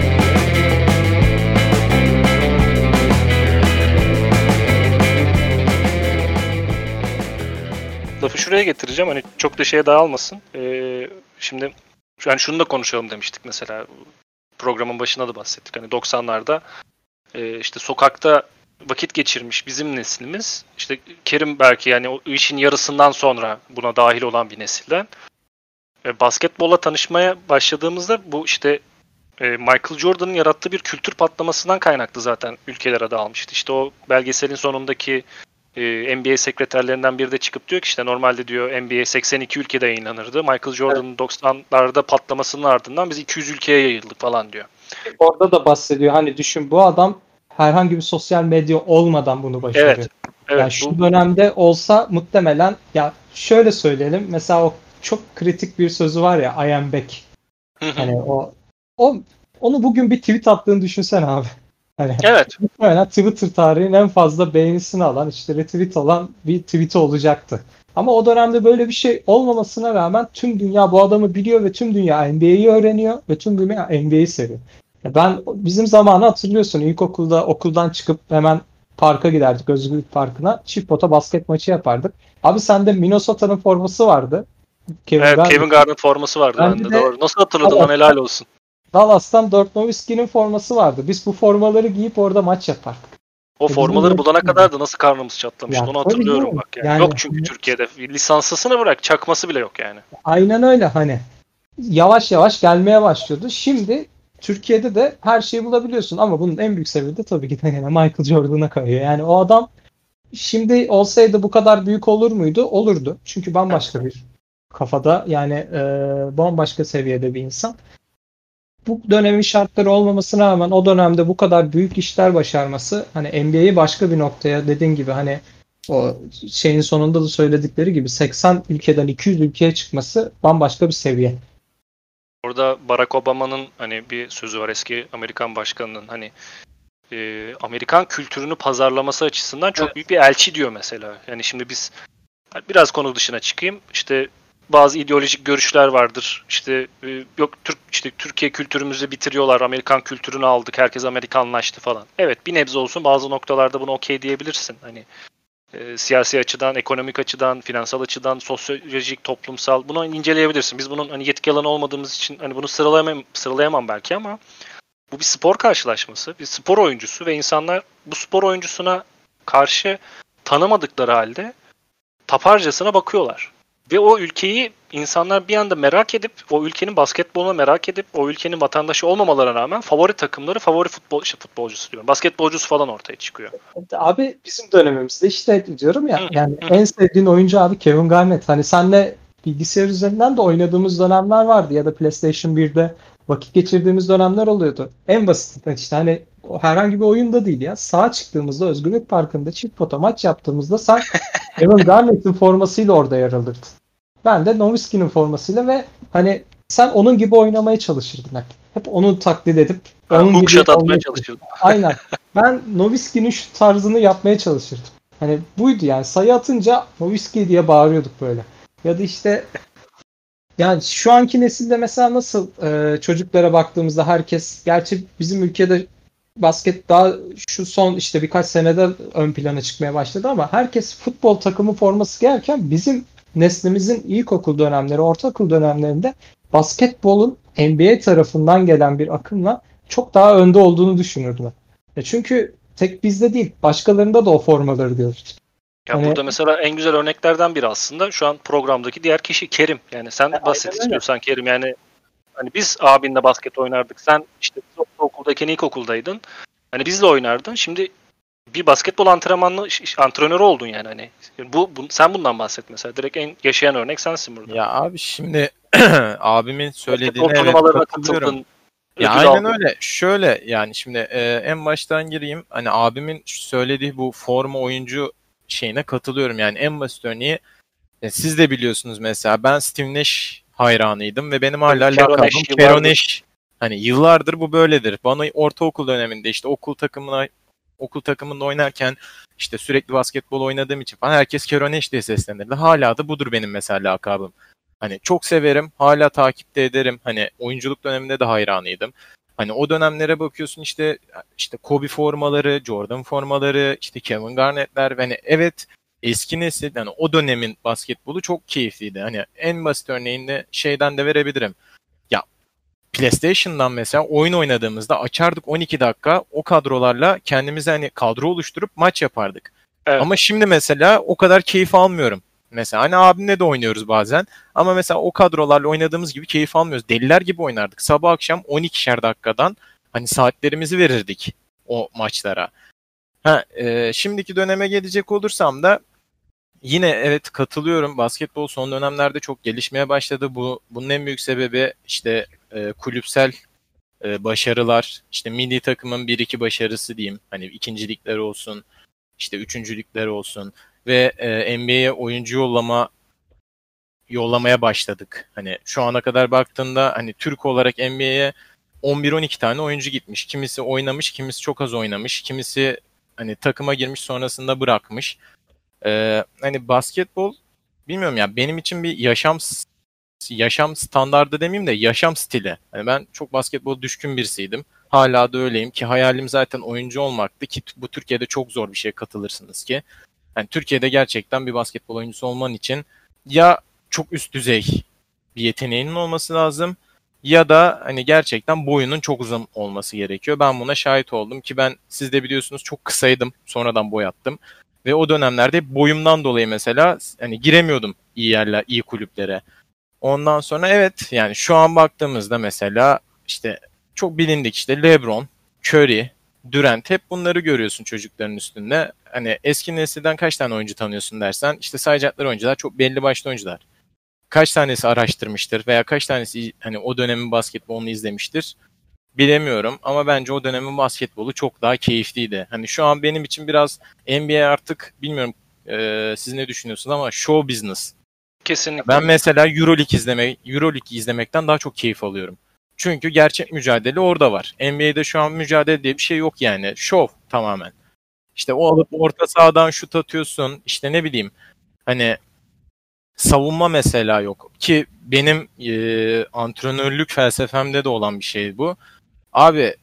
Lafı şuraya getireceğim. Hani çok da şeye dağılmasın. Ee, şimdi yani şunu da konuşalım demiştik mesela. Programın başında da bahsettik. Hani doksanlarda e, işte sokakta vakit geçirmiş bizim neslimiz. İşte Kerim belki yani o işin yarısından sonra buna dahil olan bir nesilden. E, basketbolla tanışmaya başladığımızda bu işte e, Michael Jordan'ın yarattığı bir kültür patlamasından kaynaklı zaten ülkelere dağılmıştı. İşte o belgeselin sonundaki N B A sekreterlerinden biri de çıkıp diyor ki işte normalde diyor N B A seksen iki ülkede yayınlanırdı. Michael Jordan'ın evet. doksanlarda patlamasının ardından biz iki yüz ülkeye yayıldık falan diyor. Orada da bahsediyor. Hani düşün, bu adam herhangi bir sosyal medya olmadan bunu başarıyor. Evet. Evet, yani şu bu... dönemde olsa muhtemelen, ya şöyle söyleyelim. Mesela o çok kritik bir sözü var ya, I am back. Hani o o onu bugün bir tweet attığını düşünsen abi. Hani evet. Muhtemelen Twitter tarihinin en fazla beğenisini alan, işte retweet olan bir tweet olacaktı. Ama o dönemde böyle bir şey olmamasına rağmen tüm dünya bu adamı biliyor ve tüm dünya N B A'yi öğreniyor ve tüm dünya N B A'yi seviyor. Ben bizim zamanı hatırlıyorsun, ilkokulda okuldan çıkıp hemen parka giderdik, Özgürlük Parkı'na. Çift pota basket maçı yapardık. Abi sende Minnesota'nın forması vardı. Kevin evet, Garnett. Kevin Garnett forması vardı bende de, doğru. Nasıl hatırladın lan, helal olsun. Dallas'tan Dirk Nowitzki'nin forması vardı. Biz bu formaları giyip orada maç yapardık. O e formaları bulana kadar da nasıl karnımız çatlamıştı, ya, onu hatırlıyorum bak. Yani. Yani, yok çünkü Türkiye'de lisanslısını bırak, çakması bile yok yani. Aynen öyle, hani yavaş yavaş gelmeye başlıyordu. Şimdi Türkiye'de de her şeyi bulabiliyorsun ama bunun en büyük sebebi de tabii ki de yine Michael Jordan'a kayıyor. Yani o adam şimdi olsaydı bu kadar büyük olur muydu? Olurdu. Çünkü bambaşka bir kafada, yani e, bambaşka seviyede bir insan. Bu dönemin şartları olmamasına rağmen o dönemde bu kadar büyük işler başarması, hani N B A'yi başka bir noktaya, dediğin gibi hani o şeyin sonunda da söyledikleri gibi seksen ülkeden iki yüz ülkeye çıkması bambaşka bir seviye. Orada Barack Obama'nın hani bir sözü var, eski Amerikan başkanının, hani e, Amerikan kültürünü pazarlaması açısından çok evet. büyük bir elçi diyor mesela. Yani şimdi biz biraz konu dışına çıkayım. İşte bazı ideolojik görüşler vardır. İşte e, yok Türk işte Türkiye kültürümüzü bitiriyorlar. Amerikan kültürünü aldık. Herkes Amerikanlaştı falan. Evet, bir nebze olsun bazı noktalarda bunu okey diyebilirsin. Hani e, siyasi açıdan, ekonomik açıdan, finansal açıdan, sosyolojik, toplumsal, bunu inceleyebilirsin. Biz bunun hani yetki alanı olmadığımız için hani bunu sıralayamam, sıralayamam belki ama bu bir spor karşılaşması, bir spor oyuncusu ve insanlar bu spor oyuncusuna karşı tanımadıkları halde taparcasına bakıyorlar. Ve o ülkeyi insanlar bir anda merak edip, o ülkenin basketboluna merak edip, o ülkenin vatandaşı olmamalarına rağmen favori takımları, favori futbol, işte futbolcusu diyorum, basketbolcusu falan ortaya çıkıyor. Abi bizim dönemimizde işte diyorum ya, yani en sevdiğin oyuncu abi Kevin Garnett. Hani senle bilgisayar üzerinden de oynadığımız dönemler vardı ya da PlayStation birde vakit geçirdiğimiz dönemler oluyordu. En basitinden işte hani herhangi bir oyunda değil ya. Sağa çıktığımızda Özgürlük Parkı'nda çift pota maç yaptığımızda sen Kevin Garnett'in formasıyla orada yer alırdın. Ben de Nowitzki'nin formasıyla ve hani sen onun gibi oynamaya çalışırdın hep. Hep onu taklit edip onun gibi shot atmaya çalışırdım. Aynen. Ben Nowitzki'nin şu tarzını yapmaya çalışırdım. Hani buydu yani. Sayı atınca Nowitzki diye bağırıyorduk böyle. Ya da işte yani şu anki nesilde mesela nasıl e, çocuklara baktığımızda herkes, gerçi bizim ülkede basket daha şu son işte birkaç senede ön plana çıkmaya başladı ama herkes futbol takımı forması giyerken bizim neslimizin ilkokul dönemleri, ortaokul dönemlerinde basketbolun N B A tarafından gelen bir akımla çok daha önde olduğunu düşünürdüm. Ya çünkü tek bizde değil, başkalarında da o formaları görürüz. Ya hani, burada mesela en güzel örneklerden biri aslında şu an programdaki diğer kişi Kerim. Yani sen ya basit istiyorsan Kerim, yani hani biz abinle basket oynardık. Sen işte okuldayken ilkokuldaydın. Hani bizle oynardın. Şimdi bir basketbol antrenmanlı antrenörü oldun yani hani. Bu, bu sen bundan bahset mesela. Direkt en yaşayan örnek sensin burada. Ya abi şimdi abimin söylediğine evet katılıyorum. Ya aynen aldın. Öyle. Şöyle yani şimdi e, en baştan gireyim. Hani abimin söylediği bu forma oyuncu şeyine katılıyorum. Yani en basit örneği e, siz de biliyorsunuz mesela ben Steve Nash hayranıydım ve benim hala lakabım Keroneş. Hani yıllardır bu böyledir. Bana ortaokul döneminde işte okul takımına okul takımında oynarken işte sürekli basketbol oynadığım için falan herkes Keroneş diye seslenirdi. Hala da budur benim mesela lakabım. Hani çok severim, hala takipte ederim. Hani oyunculuk döneminde de hayranıydım. Hani o dönemlere bakıyorsun işte işte Kobe formaları, Jordan formaları, işte Kevin Garnett'ler. Hani evet eski nesil, yani o dönemin basketbolu çok keyifliydi. Hani en basit örneğini şeyden de verebilirim. Ya PlayStation'dan mesela oyun oynadığımızda açardık on iki dakika o kadrolarla kendimize hani kadro oluşturup maç yapardık. Evet. Ama şimdi mesela o kadar keyif almıyorum. Mesela hani abimle de oynuyoruz bazen ama mesela o kadrolarla oynadığımız gibi keyif almıyoruz. Deliler gibi oynardık. Sabah akşam on ikişer dakikadan hani saatlerimizi verirdik o maçlara. Ha, e, şimdiki döneme gelecek olursam da yine evet katılıyorum. Basketbol son dönemlerde çok gelişmeye başladı. Bu bunun en büyük sebebi işte e, kulüpsel e, başarılar, işte milli takımın bir iki başarısı diyeyim. Hani ikincilikler olsun, işte üçüncülükler olsun ve e, N B A'ye oyuncu yollama yollamaya başladık. Hani şu ana kadar baktığında hani Türk olarak N B A'ye on bir on iki tane oyuncu gitmiş. Kimisi oynamış, kimisi çok az oynamış, kimisi hani takıma girmiş sonrasında bırakmış. Ee, hani basketbol bilmiyorum ya, benim için bir yaşam yaşam standardı demeyeyim de yaşam stili. Hani ben çok basketbol düşkün birisiydim. Hala da öyleyim ki hayalim zaten oyuncu olmaktı ki bu Türkiye'de çok zor bir şey, katılırsınız ki. Yani Türkiye'de gerçekten bir basketbol oyuncusu olman için ya çok üst düzey bir yeteneğinin olması lazım ya da hani gerçekten boyunun çok uzun olması gerekiyor. Ben buna şahit oldum ki ben, siz de biliyorsunuz, çok kısaydım. Sonradan boy attım. Ve o dönemlerde boyumdan dolayı mesela hani giremiyordum iyi yerler, iyi kulüplere. Ondan sonra evet, yani şu an baktığımızda mesela işte çok bilindik işte LeBron, Curry, Durant, hep bunları görüyorsun çocukların üstünde. Hani eski nesilden kaç tane oyuncu tanıyorsun dersen, işte sayacakları oyuncular çok belli başlı oyuncular. Kaç tanesi araştırmıştır veya kaç tanesi hani o dönemin basketbolunu izlemiştir bilemiyorum ama bence o dönemin basketbolu çok daha keyifliydi. Hani şu an benim için biraz N B A artık, bilmiyorum e, siz ne düşünüyorsunuz ama show business. Kesinlikle. Ben mesela Euroleague izlemek, Euroleague izlemekten daha çok keyif alıyorum. Çünkü gerçek mücadele orada var. N B A'de şu an mücadele diye bir şey yok yani. Şov tamamen. İşte o alıp orta sahadan şut atıyorsun. İşte ne bileyim. Hani savunma mesela yok. Ki benim e, antrenörlük felsefemde de olan bir şey bu. Abi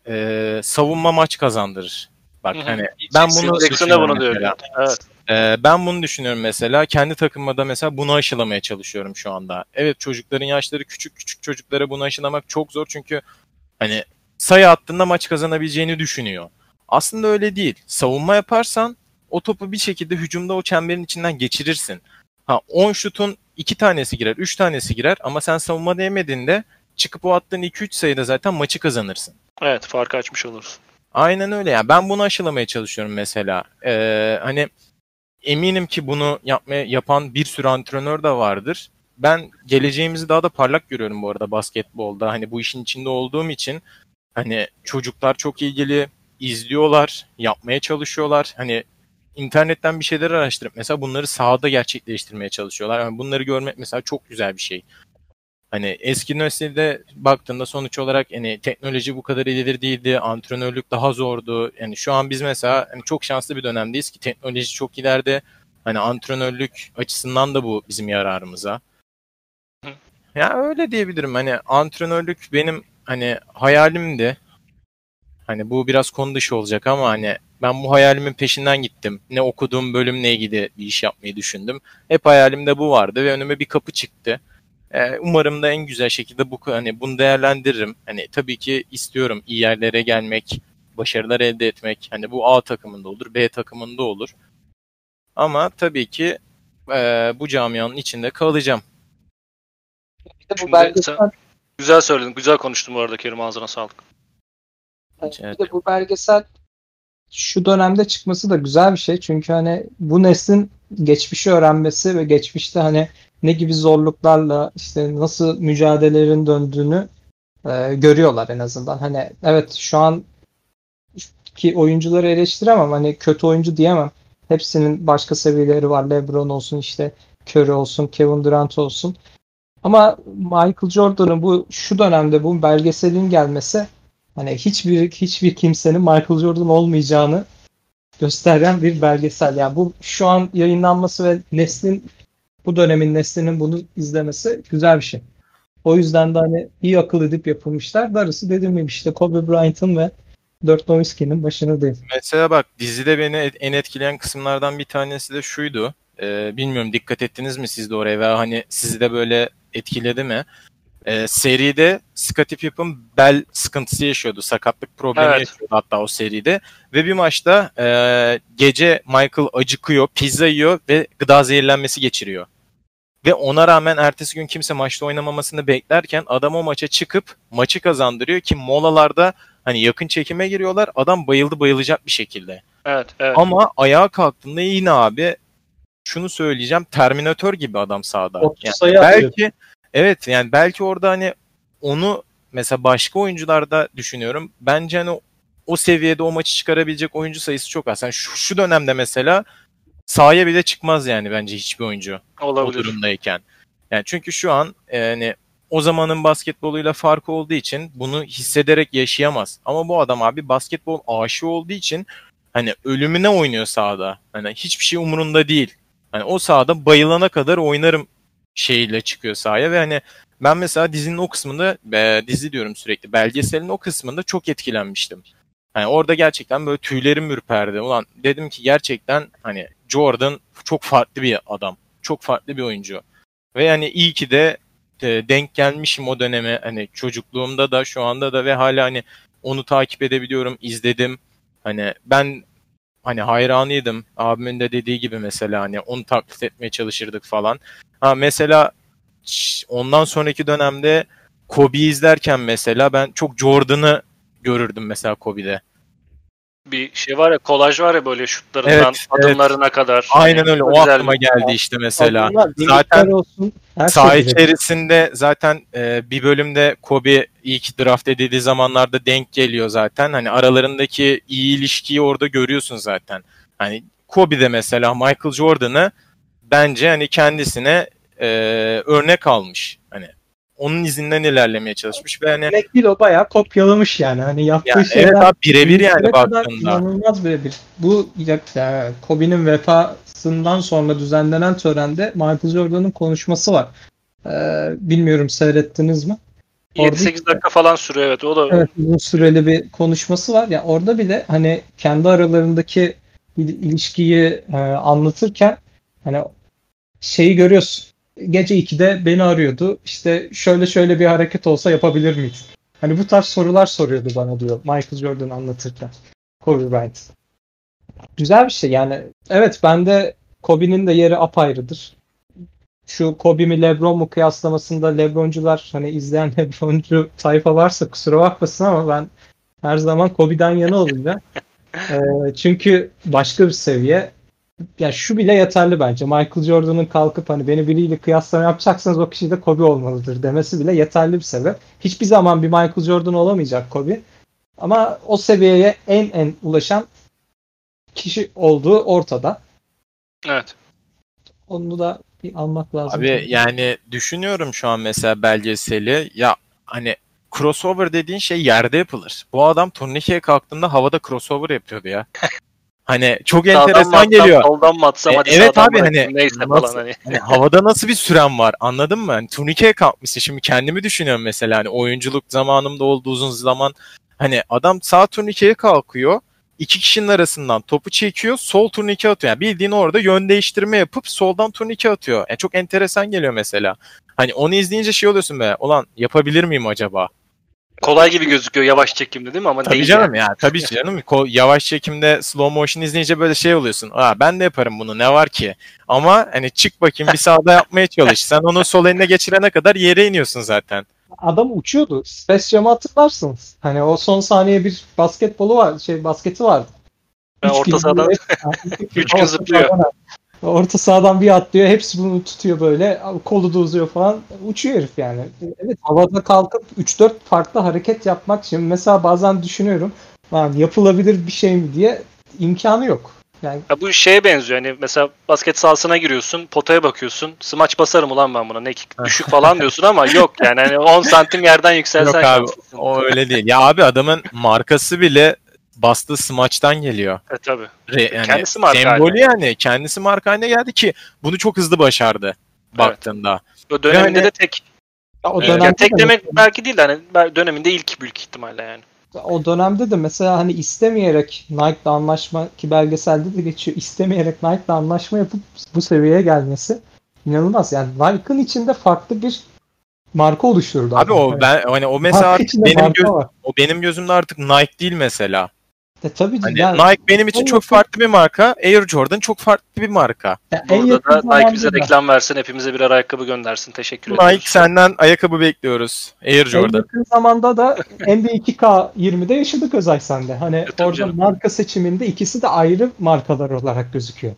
e, savunma maç kazandırır. Bak Hı hı. hani ben Phil bunu Jackson da bunu düşünüyorum diyor. mesela. Evet. Ee, ben bunu düşünüyorum mesela. Kendi takımıma da mesela bunu aşılamaya çalışıyorum şu anda. Evet, çocukların yaşları küçük, küçük çocuklara bunu aşılamak çok zor çünkü hani sayı attığında maç kazanabileceğini düşünüyor. Aslında öyle değil. Savunma yaparsan o topu bir şekilde hücumda o çemberin içinden geçirirsin. Ha, on şutun iki tanesi girer, üç tanesi girer ama sen savunma değmediğinde çıkıp o attığın iki üç sayıda zaten maçı kazanırsın. Evet, farkı açmış olursun. Aynen öyle ya. Ben bunu aşılamaya çalışıyorum mesela. Ee, hani eminim ki bunu yapmaya yapan bir sürü antrenör de vardır. Ben geleceğimizi daha da parlak görüyorum bu arada basketbolda. Hani bu işin içinde olduğum için hani çocuklar çok ilgili, izliyorlar, yapmaya çalışıyorlar. Hani internetten bir şeyler araştırıp mesela bunları sahada gerçekleştirmeye çalışıyorlar. Yani bunları görmek mesela çok güzel bir şey. Hani eski nesilde baktığında sonuç olarak hani teknoloji bu kadar ileri değildi, antrenörlük daha zordu. Yani şu an biz mesela hani çok şanslı bir dönemdeyiz ki teknoloji çok ileride. Hani antrenörlük açısından da bu bizim yararımıza. Hı. Ya öyle diyebilirim. Hani antrenörlük benim hani hayalimdi. Hani bu biraz konu dışı olacak ama hani ben bu hayalimin peşinden gittim. Ne okuduğum bölümle ilgili bir iş yapmayı düşündüm. Hep hayalimde bu vardı ve önüme bir kapı çıktı. Ee, umarım da en güzel şekilde bu hani bunu değerlendiririm. Hani tabii ki istiyorum iyi yerlere gelmek, başarılar elde etmek. Hani bu A takımında olur, B takımında olur. Ama tabii ki e, bu camianın içinde kalacağım. Bir de bu Şimdi belgesel, sen güzel söyledin, güzel konuştun bu arada Kerim, ağzına sağlık. bir de bu belgesel şu dönemde çıkması da güzel bir şey. Çünkü hani bu neslin geçmişi öğrenmesi ve geçmişte hani ne gibi zorluklarla işte nasıl mücadelelerin döndüğünü e, görüyorlar en azından. Hani evet, şu an ki oyuncuları eleştiremem. Hani kötü oyuncu diyemem. Hepsinin başka seviyeleri var. LeBron olsun, işte Curry olsun, Kevin Durant olsun. Ama Michael Jordan'ın bu şu dönemde bu belgeselin gelmesi, hani hiçbir hiçbir kimsenin Michael Jordan olmayacağını gösteren bir belgesel. Yani bu şu an yayınlanması ve neslin, bu dönemin neslinin bunu izlemesi güzel bir şey. O yüzden de hani iyi akıl edip yapılmışlar. Darısı dediğim gibi işte Kobe Bryant'ın ve Dirk Nowitzki'nin başına değil. Mesela bak, dizide beni en etkileyen kısımlardan bir tanesi de şuydu. Ee, bilmiyorum dikkat ettiniz mi siz de oraya veya hani sizi de böyle etkiledi mi? Ee, seride Scottie Pippen bel sıkıntısı yaşıyordu. Sakatlık problemi Evet. yaşıyordu hatta o seride. Ve bir maçta e, gece Michael acıkıyor, pizza yiyor ve gıda zehirlenmesi geçiriyor. Ve ona rağmen ertesi gün kimse maçta oynamamasını beklerken adam o maça çıkıp maçı kazandırıyor ki molalarda hani yakın çekime giriyorlar. Adam bayıldı bayılacak bir şekilde. Evet, evet. Ama ayağa kalktığında yine abi şunu söyleyeceğim. Terminator gibi adam sahada. otuz Yani sayı atıyor. belki evet yani belki orada hani onu mesela başka oyuncularda düşünüyorum. Bence hani o, o seviyede o maçı çıkarabilecek oyuncu sayısı çok az. Yani şu, şu dönemde mesela sahaya bile çıkmaz yani bence hiçbir oyuncu Olabilir. o durumdayken. Yani çünkü şu an yani o zamanın basketboluyla farkı olduğu için bunu hissederek yaşayamaz. Ama bu adam abi basketbol aşığı olduğu için hani ölümüne oynuyor sahada. Hani hiçbir şey umurunda değil. Hani o sahada bayılana kadar oynarım şeyiyle çıkıyor sahaya ve hani ben mesela dizinin o kısmında e, dizi diyorum sürekli belgeselin o kısmında çok etkilenmiştim. Hani orada gerçekten böyle tüylerim ürperdi. Ulan dedim ki gerçekten hani Jordan çok farklı bir adam. Çok farklı bir oyuncu. Ve yani iyi ki de e, denk gelmişim o döneme. Hani çocukluğumda da şu anda da ve hala hani onu takip edebiliyorum, izledim. Hani ben hani hayranıydım. Abimin de dediği gibi mesela hani onu taklit etmeye çalışırdık falan. Ha mesela ş- ondan sonraki dönemde Kobe'yi izlerken mesela ben çok Jordan'ı görürdüm mesela Kobe'de. Bir şey var ya, kolaj var ya, böyle şutlarından Evet, evet. adımlarına kadar. Aynen Hani öyle. çok O güzel aklıma bir- geldi işte mesela. Adamlar, limitler Zaten olsun. Her saha şey birebir. içerisinde zaten e, bir bölümde Kobe ilk draft edildiği zamanlarda denk geliyor zaten. Hani aralarındaki iyi ilişkiyi orada görüyorsun zaten. Hani Kobe de mesela Michael Jordan'ı bence hani kendisine e, örnek almış. Hani onun izinden ilerlemeye çalışmış ve hani Örnek değil, o bayağı kopyalamış yani. Hani yaptığı yani evet şeyler abi birebir yani limitler'e kadar baktığında. inanılmaz birebir. Bu ya, ya, Kobe'nin vefasından sonra düzenlenen törende Michael Jordan'ın konuşması var. Ee, bilmiyorum, seyrettiniz mi? yedi Orada sekiz işte, dakika falan sürüyor, evet. O da evet, uzun süreli bir konuşması var. Ya orada bile hani kendi aralarındaki il- ilişkiyi e, anlatırken hani şeyi görüyorsun. Gece ikide beni arıyordu. İşte şöyle şöyle bir hareket olsa yapabilir miyiz? Hani bu tarz sorular soruyordu bana, diyor Michael Jordan anlatırken. Kobe Bryant. Güzel bir şey yani. Evet, bende Kobe'nin de yeri apayrıdır. Şu Kobe mi LeBron mu kıyaslamasında LeBroncular, hani izleyen LeBroncu tayfa varsa kusura bakmasın ama ben her zaman Kobe'den yana olacağım. Ee, çünkü başka bir seviye. Ya şu bile yeterli bence. Michael Jordan'ın kalkıp hani beni biriyle kıyaslama yapacaksanız o kişi de Kobe olmalıdır demesi bile yeterli bir sebep. Hiçbir zaman bir Michael Jordan olamayacak Kobe. Ama o seviyeye en en ulaşan kişi olduğu ortada. evet. Onu da bir almak lazım Abi tabii. yani düşünüyorum şu an mesela belgeseli ya hani crossover dediğin şey yerde yapılır. Bu adam turnikeye kalktığında havada crossover yapıyordu ya. Hani çok Sağdan mı enteresan atsam, geliyor. soldan mı atsam, E, hadi evet sağdan abi hani bırakayım neyse falan nasıl hani. hani havada nasıl bir süren var anladın mı? Hani turnikeye kalkmışsın. Şimdi kendimi düşünüyorum mesela hani oyunculuk zamanımda olduğu uzun zaman hani adam sağ turnikeye kalkıyor. İki kişinin arasından topu çekiyor, sol turnike atıyor. Yani bildiğin orada yön değiştirme yapıp soldan turnike atıyor. Yani çok enteresan geliyor mesela. Hani onu izleyince şey oluyorsun be, ulan yapabilir miyim acaba? Kolay gibi gözüküyor yavaş çekimde, değil mi? Ama Tabii değil canım yani. ya tabii canım Ko- yavaş çekimde slow motion izleyince böyle şey oluyorsun. Aa, ben de yaparım bunu ne var ki? Ama hani çık bakayım bir sahada yapmaya çalış. Sen onu sol eline geçirene kadar yere iniyorsun zaten. Adam uçuyordu. Space Jam'ı hatırlarsınız. Hani o son saniye bir basketbolu var, şey basketi vardı. Ben Üç orta gün sahadan böyle üç gün orta zıplıyor. sahadan, orta sahadan bir atlıyor. Hepsi bunu tutuyor böyle. Kolu da uzuyor falan. Uçuyor herif yani. Evet, havada kalkıp üç dört farklı hareket yapmak. Şimdi mesela bazen düşünüyorum. Lan yapılabilir bir şey mi diye, imkanı yok. Yani Ya bu şeye benziyor, hani mesela basket sahasına giriyorsun, potaya bakıyorsun, smaç basarım ulan ben buna, ne ki düşük falan diyorsun ama yok yani, hani on santim yerden yükselsen Yok abi şanslısın. o öyle değil. Ya abi adamın markası bile bastığı smaçtan geliyor. E tabi. Re, yani Kendisi marka haline sembolü geldi. yani kendisi marka haline geldi ki bunu çok hızlı başardı Evet. baktığında. O Ve döneminde hani de tek. o E, evet, ya dönemde de tek demek mesela, belki değil de hani döneminde ilk büyük ihtimalle yani. o dönemde de mesela hani istemeyerek Nike'la anlaşma, ki belgeselde de geçiyor, istemeyerek Nike'la anlaşma yapıp bu seviyeye gelmesi inanılmaz. Yani Nike'ın içinde farklı bir marka oluşturdu abi adam. o Hani ben hani o mesela marka artık içinde benim göz marka var. o benim gözümde artık Nike değil mesela. E, tabii Hani yani, Nike benim için çok farklı bir marka. Air Jordan çok farklı bir marka. ya en Burada yakın da Nike zamanda bize da- reklam versin, hepimize birer ayakkabı göndersin. Teşekkür Nike ediyoruz. senden ayakkabı bekliyoruz. Air En Jordan. yakın zamanda da N B A iki K yirmide yaşadık Özay sende. Hani tabii orada canım. marka seçiminde ikisi de ayrı markalar olarak gözüküyor.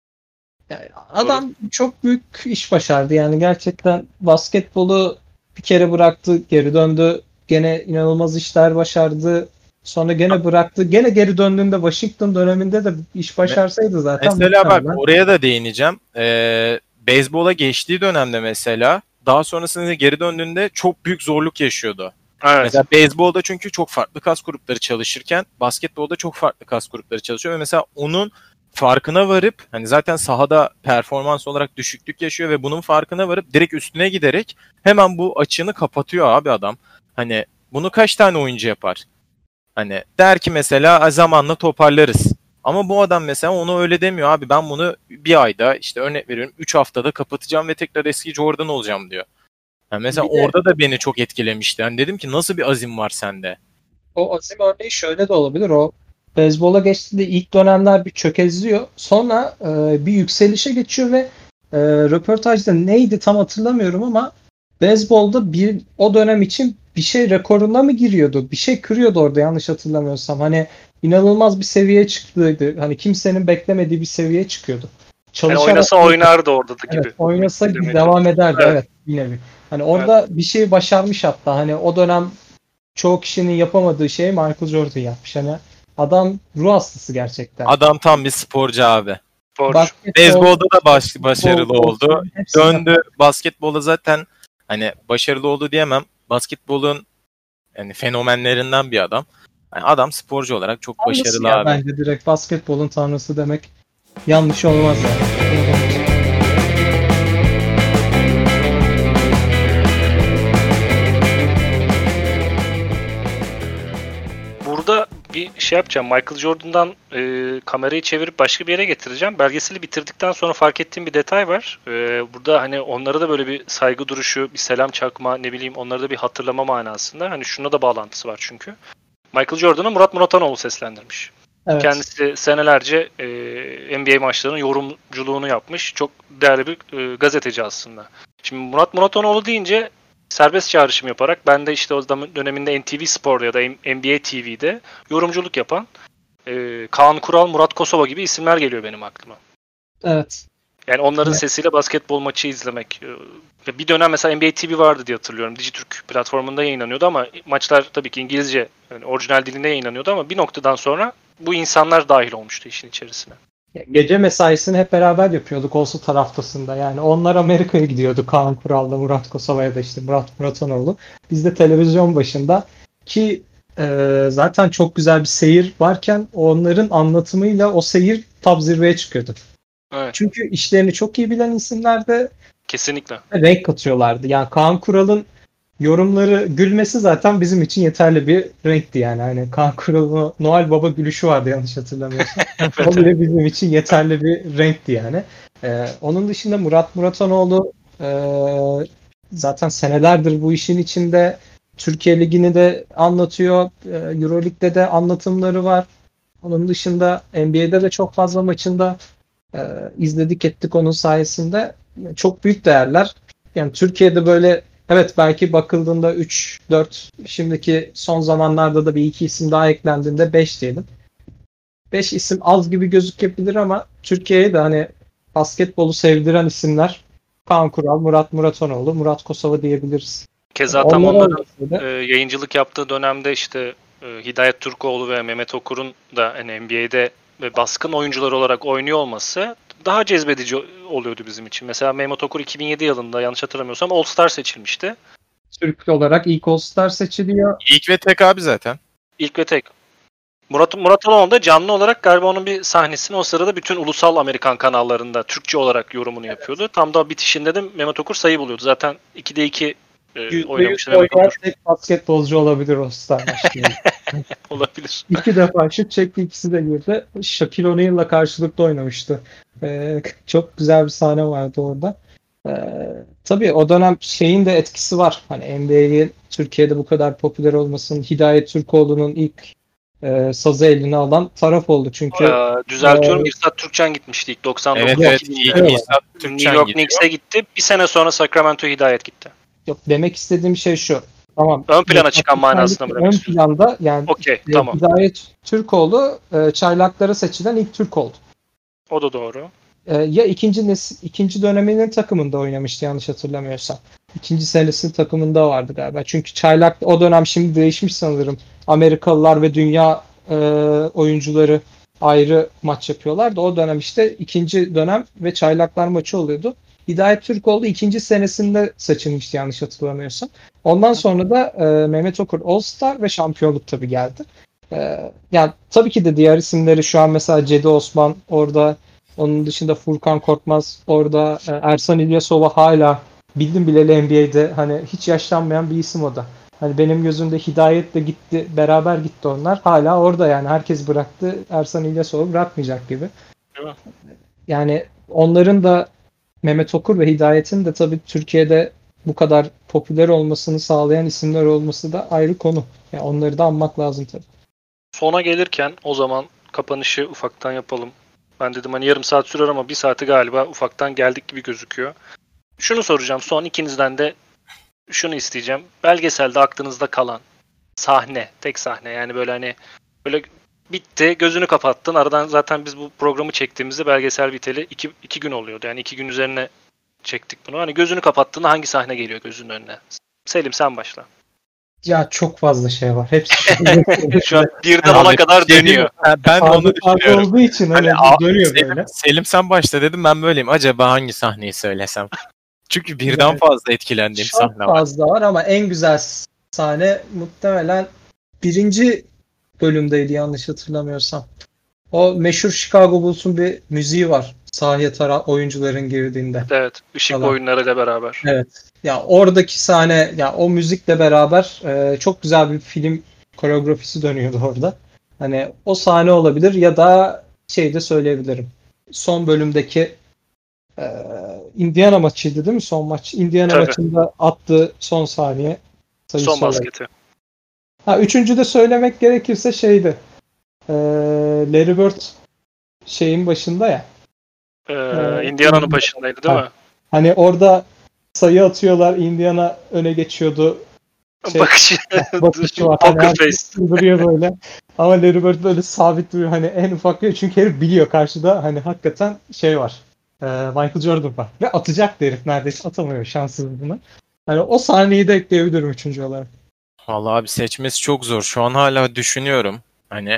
Yani adam çok büyük iş başardı. Yani gerçekten basketbolu bir kere bıraktı, geri döndü. Gene inanılmaz işler başardı. Sonra gene bıraktı. Gene geri döndüğünde Washington döneminde de iş başarsaydı zaten Mesela bak muhtemelen. oraya da değineceğim. Ee, beyzbola geçtiği dönemde mesela daha sonrasında geri döndüğünde çok büyük zorluk yaşıyordu. Evet. Mesela beyzbolda çünkü çok farklı kas grupları çalışırken basketbolda çok farklı kas grupları çalışıyor ve mesela onun farkına varıp hani zaten sahada performans olarak düşüklük yaşıyor ve bunun farkına varıp direkt üstüne giderek hemen bu açığını kapatıyor abi adam. Hani bunu kaç tane oyuncu yapar? Hani der ki mesela zamanla toparlarız. Ama bu adam mesela onu öyle demiyor abi, ben bunu bir ayda işte örnek veriyorum üç haftada kapatacağım ve tekrar eski Jordan olacağım diyor. Yani mesela Bir de- orada da beni çok etkilemişti. Yani dedim ki nasıl bir azim var sende? O azim örneği şöyle de olabilir. O beyzbola geçtiğinde ilk dönemler bir çökezliyor. Sonra e, bir yükselişe geçiyor ve e, röportajda neydi tam hatırlamıyorum ama beyzbolda bir o dönem için bir şey rekoruna mı giriyordu? Bir şey kırıyordu orada yanlış hatırlamıyorsam. Hani inanılmaz bir seviyeye çıktıydı. Hani kimsenin beklemediği bir seviyeye çıkıyordu. Yani Çalışarak oynasa oynardı orada da gibi. evet, oynasa Demeye devam ederdi. Evet. Evet, bir nevi. Hani orada bir şey başarmış hatta. Hani o dönem çoğu kişinin yapamadığı şeyi Michael Jordan yapmış. Hani adam ruh hastası gerçekten. Adam tam bir sporcu abi. Sporcu. Basketbol, Beyzbolda da baş, başarılı futbol, oldu. hepsi Döndü basketbolda zaten hani başarılı oldu diyemem. Basketbolun yani fenomenlerinden bir adam. Yani adam sporcu olarak çok tanrısı başarılı ya abi. bence direkt basketbolun tanrısı demek yanlış olmaz yani. Burada bir şey yapacağım. Michael Jordan'dan e, kamerayı çevirip başka bir yere getireceğim. Belgeseli bitirdikten sonra fark ettiğim bir detay var. E, burada hani onlara da böyle bir saygı duruşu, bir selam çakma, ne bileyim onları da bir hatırlama manasında. Hani şuna da bağlantısı var çünkü. Michael Jordan'ı Murat Muratanoğlu seslendirmiş. Evet. Kendisi senelerce e, N B A maçlarının yorumculuğunu yapmış. Çok değerli bir e, gazeteci aslında. Şimdi Murat Muratanoğlu deyince serbest çağrışım yaparak ben de işte o zaman döneminde N T V Spor'da ya da N B A T V'de yorumculuk yapan e, Kaan Kural, Murat Kosova gibi isimler geliyor benim aklıma. Evet. Yani onların Evet. sesiyle basketbol maçı izlemek. E, Bir dönem mesela N B A T V vardı diye hatırlıyorum. Dijitürk platformunda yayınlanıyordu ama maçlar tabii ki İngilizce, yani orijinal dilinde yayınlanıyordu ama bir noktadan sonra bu insanlar dahil olmuştu işin içerisine. Gece mesaisini hep beraber yapıyorduk olsa taraftasında. Yani onlar Amerika'ya gidiyordu. Kaan Kural'la Murat Kosova'ya da işte Murat Muratanoğlu. Biz de televizyon başında ki e, zaten çok güzel bir seyir varken onların anlatımıyla o seyir tab zirveye çıkıyordu. Evet. Çünkü işlerini çok iyi bilen isimler de Kesinlikle. renk katıyorlardı. Yani Kaan Kural'ın yorumları gülmesi zaten bizim için yeterli bir renkti yani. Hani Kaan Kural'ın Noel Baba gülüşü vardı yanlış hatırlamıyorsam. O bile bizim için yeterli bir renkti yani. Ee, onun dışında Murat Muratanoğlu e, zaten senelerdir bu işin içinde. Türkiye Ligi'ni de anlatıyor. E, Euroleague'de de anlatımları var. Onun dışında N B A'de de çok fazla maçında e, izledik ettik onun sayesinde. Çok büyük değerler. Yani Türkiye'de böyle evet belki bakıldığında üç dört şimdiki son zamanlarda da bir iki isim daha eklendiğinde beş diyelim. beş isim az gibi gözükebilir ama Türkiye'ye de hani basketbolu sevdiren isimler Kaan Kural, Murat Muratanoğlu, Murat Kosova diyebiliriz. Keza tam Onlar onların olmasa da- e, yayıncılık yaptığı dönemde işte e, Hidayet Türkoğlu ve Mehmet Okur'un da hani N B A'de ve baskın oyuncular olarak oynuyor olması daha cezbedici oluyordu bizim için. Mesela Mehmet Okur iki bin yedi yılında yanlış hatırlamıyorsam All Star seçilmişti. Türk olarak ilk All-Star seçiliyor. İlk ve tek abi zaten. İlk ve tek. Murat Murat Aloğlu da canlı olarak galiba onun bir sahnesini o sırada bütün ulusal Amerikan kanallarında Türkçe olarak yorumunu yapıyordu. Tam da bitişinde de Mehmet Okur sayı buluyordu. Zaten ikide iki e, oynamıştı Mehmet oynayan Okur. tek basketbolcu olabilir All-Star maçında. Olabilir. İki defa şut çekti, ikisi de girdi. Shaquille O'Neal'la karşılıklı oynamıştı. Ee, çok güzel bir sahne vardı orada. Ee, tabii o dönem şeyin de etkisi var. Hani N B A'nin Türkiye'de bu kadar popüler olmasının, Hidayet Türkoğlu'nun ilk e, sazı eline alan taraf oldu. Çünkü Ee, düzeltiyorum. e, Mirsad Türkçen gitmişti ilk doksan dokuz. Evet Yok, evet. iki bin İlk yedi. Mirsad New Türkçen York gidiyor. Knicks'e gitti. Bir sene sonra Sacramento Hidayet gitti. yok, demek istediğim şey şu. Tamam. Ön plana Mirsad çıkan manasında mı demek ön istiyorsun? planda yani Okey, e, tamam. Hidayet Türkoğlu e, Çaylaklara seçilen ilk Türk oldu. O da doğru. E, ya ikinci nesil, ikinci döneminin takımında oynamıştı yanlış hatırlamıyorsam. İkinci senesinin takımında vardı galiba. Çünkü Çaylak o dönem şimdi değişmiş sanırım. Amerikalılar ve dünya e, oyuncuları ayrı maç yapıyorlar da o dönem işte ikinci dönem ve Çaylaklar maçı oluyordu. Hidayet Türkoğlu ikinci senesinde seçilmişti yanlış hatırlamıyorsam. Ondan sonra da e, Mehmet Okur All Star ve şampiyonluk tabii geldi. E, yani tabii ki de diğer isimleri şu an mesela Cedi Osman orada, onun dışında Furkan Korkmaz orada, e, Ersan İlyasova hala bildim bileli N B A'de hani hiç yaşlanmayan bir isim o da. Hani benim gözümde Hidayet de gitti, beraber gitti onlar. Hala orada yani herkes bıraktı. Ersan İlyasova bırakmayacak gibi. Değil mi? Yani onların da Mehmet Okur ve Hidayet'in de tabii Türkiye'de bu kadar popüler olmasını sağlayan isimler olması da ayrı konu. Yani onları da anmak lazım tabii. Sona gelirken o zaman kapanışı ufaktan yapalım. Ben dedim hani yarım saat sürer ama bir saati galiba ufaktan geldik gibi gözüküyor. Şunu soracağım. Son ikinizden de şunu isteyeceğim. Belgeselde aklınızda kalan sahne, tek sahne. Yani böyle hani böyle bitti, gözünü kapattın. Aradan zaten biz bu programı çektiğimizde belgesel biteli iki, iki gün oluyordu. Yani iki gün üzerine çektik bunu. Hani gözünü kapattığında hangi sahne geliyor gözünün önüne? Selim sen başla. Ya çok fazla şey var. Hepsi Şu an birden Abi, ona kadar şey dönüyor. Ben, ben de onu fazla fazla düşünüyorum. olduğu için hani, Hani, a- dönüyor Selim, böyle. Selim sen başla dedim, ben böyleyim. Acaba hangi sahneyi söylesem? Çünkü birden Yani fazla etkilendiğim çok sahne var. fazla var ama en güzel sahne muhtemelen birinci bölümdeydi yanlış hatırlamıyorsam. O meşhur Chicago Bulls'un bir müziği var. Sahaya tara oyuncuların girdiğinde. Evet, ışık Falan. oyunlarıyla beraber. Evet. Ya oradaki sahne, ya o müzikle beraber e, çok güzel bir film koreografisi dönüyordu orada. Hani o sahne olabilir ya da şey de söyleyebilirim. Son bölümdeki e, Indiana maçıydı değil mi son maç? Indiana Tabii. maçında attığı son saniye sayısı Son olarak. basketi. Ha, üçüncü de söylemek gerekirse şeydi. E, Larry Bird şeyin başında ya. Ee, Ee, Indiana'nın başındaydı değil ha. mi? Hani orada sayı atıyorlar. Indiana öne geçiyordu. Şey, Bakışı. bakışı var. Hani Poker herkes face. duruyor böyle. Ama Larry Bird böyle sabit duruyor. Hani en ufak bir, çünkü herif biliyor karşıda hani hakikaten şey var. Ee, Michael Jordan var. Ve atacak herif, neredeyse atamıyor şanssızlığını. Hani o sahneyi de ekleyebilirim üçüncü olarak. Vallahi abi seçmesi çok zor. Şu an hala düşünüyorum. Hani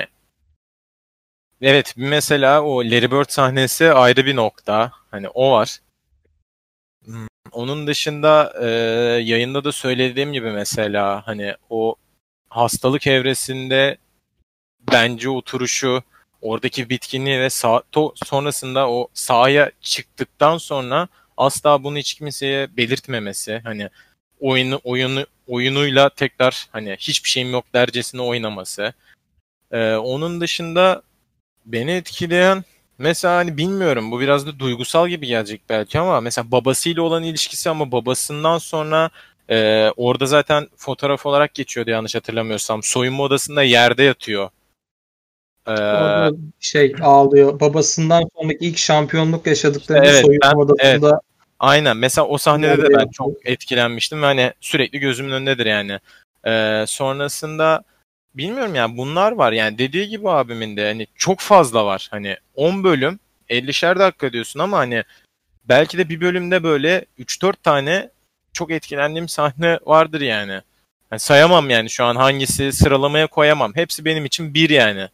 evet, mesela o Larry Bird sahnesi ayrı bir nokta. Hani o var. Hmm, Onun dışında e, yayında da söylediğim gibi mesela hani o hastalık evresinde bence oturuşu, oradaki bitkinliği ve sağ, to, sonrasında o sahaya çıktıktan sonra asla bunu hiç kimseye belirtmemesi, hani oyunu oyunu oyunuyla tekrar hani hiçbir şeyim yok dercesine oynaması. Ee, onun dışında beni etkileyen, mesela hani bilmiyorum, bu biraz da duygusal gibi gelecek belki ama mesela babasıyla olan ilişkisi, ama babasından sonra e, orada zaten fotoğraf olarak geçiyordu yanlış hatırlamıyorsam. Soyunma odasında yerde yatıyor. Ee, Orada şey ağlıyor. Babasından sonraki ilk şampiyonluk yaşadıklarında evet soyunma ben evet odasında aynen, mesela o sahnede de yerde ben yatıyor. çok etkilenmiştim ve hani sürekli gözümün önündedir yani. Ee, sonrasında bilmiyorum yani, bunlar var yani, dediği gibi abimin de hani çok fazla var. Hani on bölüm ellişer dakika diyorsun ama hani belki de bir bölümde böyle üç dört tane çok etkilendiğim sahne vardır yani. Yani sayamam yani, şu an hangisi sıralamaya koyamam. Hepsi benim için bir yani.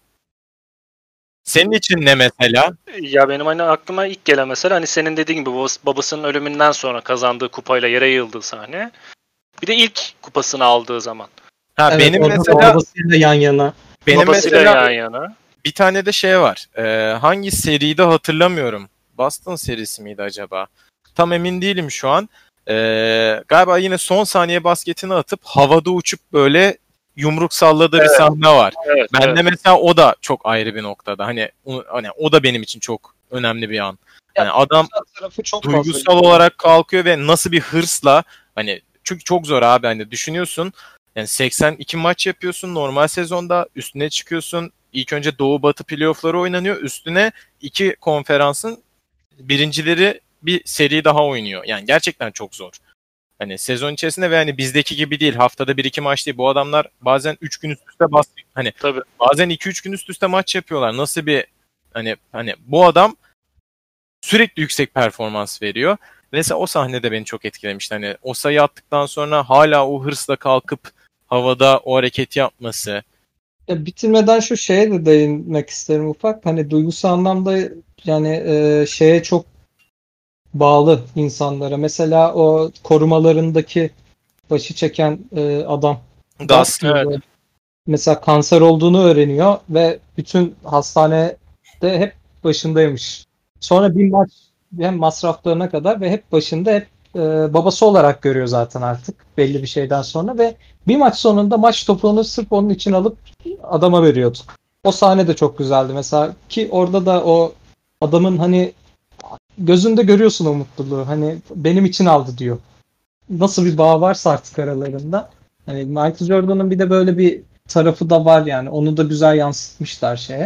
Senin için ne mesela? Ya benim hani aklıma ilk gelen mesela hani senin dediğin gibi babası, babasının ölümünden sonra kazandığı kupayla yere yığıldığı sahne. Bir de ilk kupasını aldığı zaman. Ha Evet, benim orada da mesela babasıyla yan yana. benim Babasıyla mesela yan yana. bir tane de şey var. Ee, hangi seride hatırlamıyorum. Boston serisi miydi acaba? Tam emin değilim şu an. Ee, galiba yine son saniye basketini atıp havada uçup böyle yumruk salladığı bir Evet. sahne var. Evet, Bende evet. mesela o da çok ayrı bir noktada. Hani o, hani o da benim için çok önemli bir an. Hani adam Tarafı çok duygusal olarak kalkıyor ve nasıl bir hırsla, hani çünkü çok zor abi, hani düşünüyorsun Yani seksen iki maç yapıyorsun normal sezonda, üstüne çıkıyorsun. İlk önce Doğu Batı playoff'ları oynanıyor. Üstüne iki konferansın birincileri bir seri daha oynuyor. Yani gerçekten çok zor. Hani sezon içerisinde ve hani bizdeki gibi değil. Haftada bir iki maç değil. Bu adamlar bazen üç gün üst üste bas hani Tabii. bazen iki üç gün üst üste maç yapıyorlar. Nasıl bir hani hani bu adam sürekli yüksek performans veriyor. Mesela o sahnede beni çok etkilemişti. Hani o sayı attıktan sonra hala o hırsla kalkıp havada o hareketi yapması. Ya bitirmeden şu şeye de değinmek isterim ufak. Hani duygusal anlamda yani e, şeye çok bağlı insanlara. Mesela o korumalarındaki başı çeken e, adam. Gas. Gus mıydı? Evet. Mesela kanser olduğunu öğreniyor ve bütün hastanede hep başındaymış. Sonra bir maç hem masraflarına kadar ve hep başında hep e, babası olarak görüyor zaten artık belli bir şeyden sonra ve bir maç sonunda maç topuğunu sırf onun için alıp adama veriyordu. O sahne de çok güzeldi mesela ki orada da o adamın hani gözünde görüyorsun o mutluluğu. Hani benim için aldı diyor. Nasıl bir bağ varsa artık aralarında. Hani Michael Jordan'ın bir de böyle bir tarafı da var yani. Onu da güzel yansıtmışlar şeye.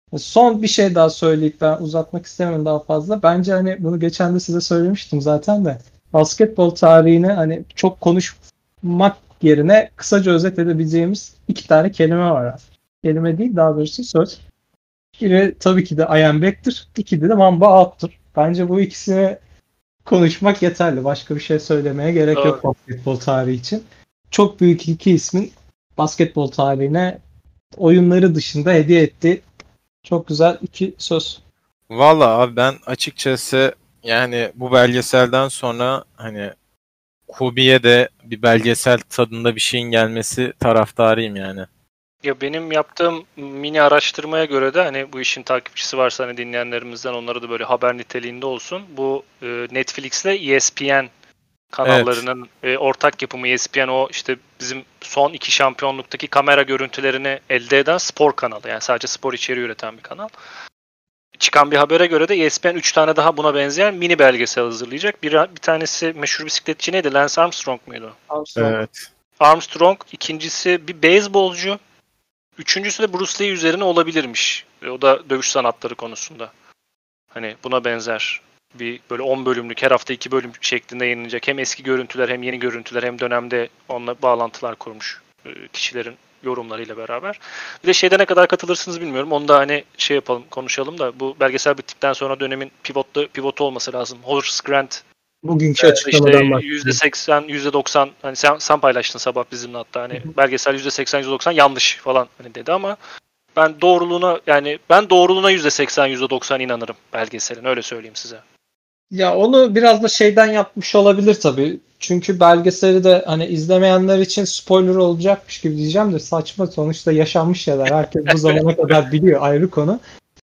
Son bir şey daha söyleyip ben uzatmak istemiyorum daha fazla. Bence hani bunu geçen de size söylemiştim zaten de. Basketbol tarihini hani çok konuşmak yerine kısaca özet edebileceğimiz iki tane kelime var. Kelime değil daha doğrusu söz. Biri tabii ki de I am back'tir. İkisi de Mamba out'tur. Bence bu ikisini konuşmak yeterli. Başka bir şey söylemeye gerek yok Doğru. basketbol tarihi için. Çok büyük iki ismin basketbol tarihine oyunları dışında hediye ettiği çok güzel iki söz. Valla abi ben açıkçası yani bu belgeselden sonra hani Kobe'ye de bir belgesel tadında bir şeyin gelmesi taraftarıyım yani. Ya benim yaptığım mini araştırmaya göre de hani bu işin takipçisi varsa hani dinleyenlerimizden onları da böyle haber niteliğinde olsun. Bu e, Netflix'le E S P N kanallarının e, ortak yapımı E S P N o işte bizim son iki şampiyonluktaki kamera görüntülerini elde eden spor kanalı. Yani sadece spor içeriği üreten bir kanal. Çıkan bir habere göre de E S P N üç tane daha buna benzeyen mini belgesel hazırlayacak. Bir, bir tanesi meşhur bisikletçi neydi? Lance Armstrong muydu? Armstrong. Evet. Armstrong. İkincisi bir beyzbolcu. Üçüncüsü de Bruce Lee üzerine olabilirmiş. E, O da dövüş sanatları konusunda. Hani buna benzer bir böyle on bölümlük her hafta iki bölüm şeklinde yayınlanacak. Hem eski görüntüler hem yeni görüntüler hem dönemde onunla bağlantılar kurmuş e, kişilerin yorumlarıyla beraber. Bir de şeyde ne kadar katılırsınız bilmiyorum. Onu da hani şey yapalım konuşalım da bu belgesel bittikten sonra dönemin pivotlu pivotu olması lazım. Horace Grant Bugünkü e, işte açıklamadan yüzde bahsediyorum. seksen yüzde doksan hani sen, sen paylaştın sabah bizimle hatta hani belgesel yüzde seksen yüzde doksan yanlış falan hani dedi ama ben doğruluğuna yani ben doğruluğuna yüzde seksen yüzde doksan inanırım belgeselin öyle söyleyeyim size. Ya onu biraz da şeyden yapmış olabilir tabii. Çünkü belgeseli de hani izlemeyenler için spoiler olacakmış gibi diyeceğim de saçma sonuçta yaşanmış şeyler. Herkes bu zamana kadar biliyor ayrı konu.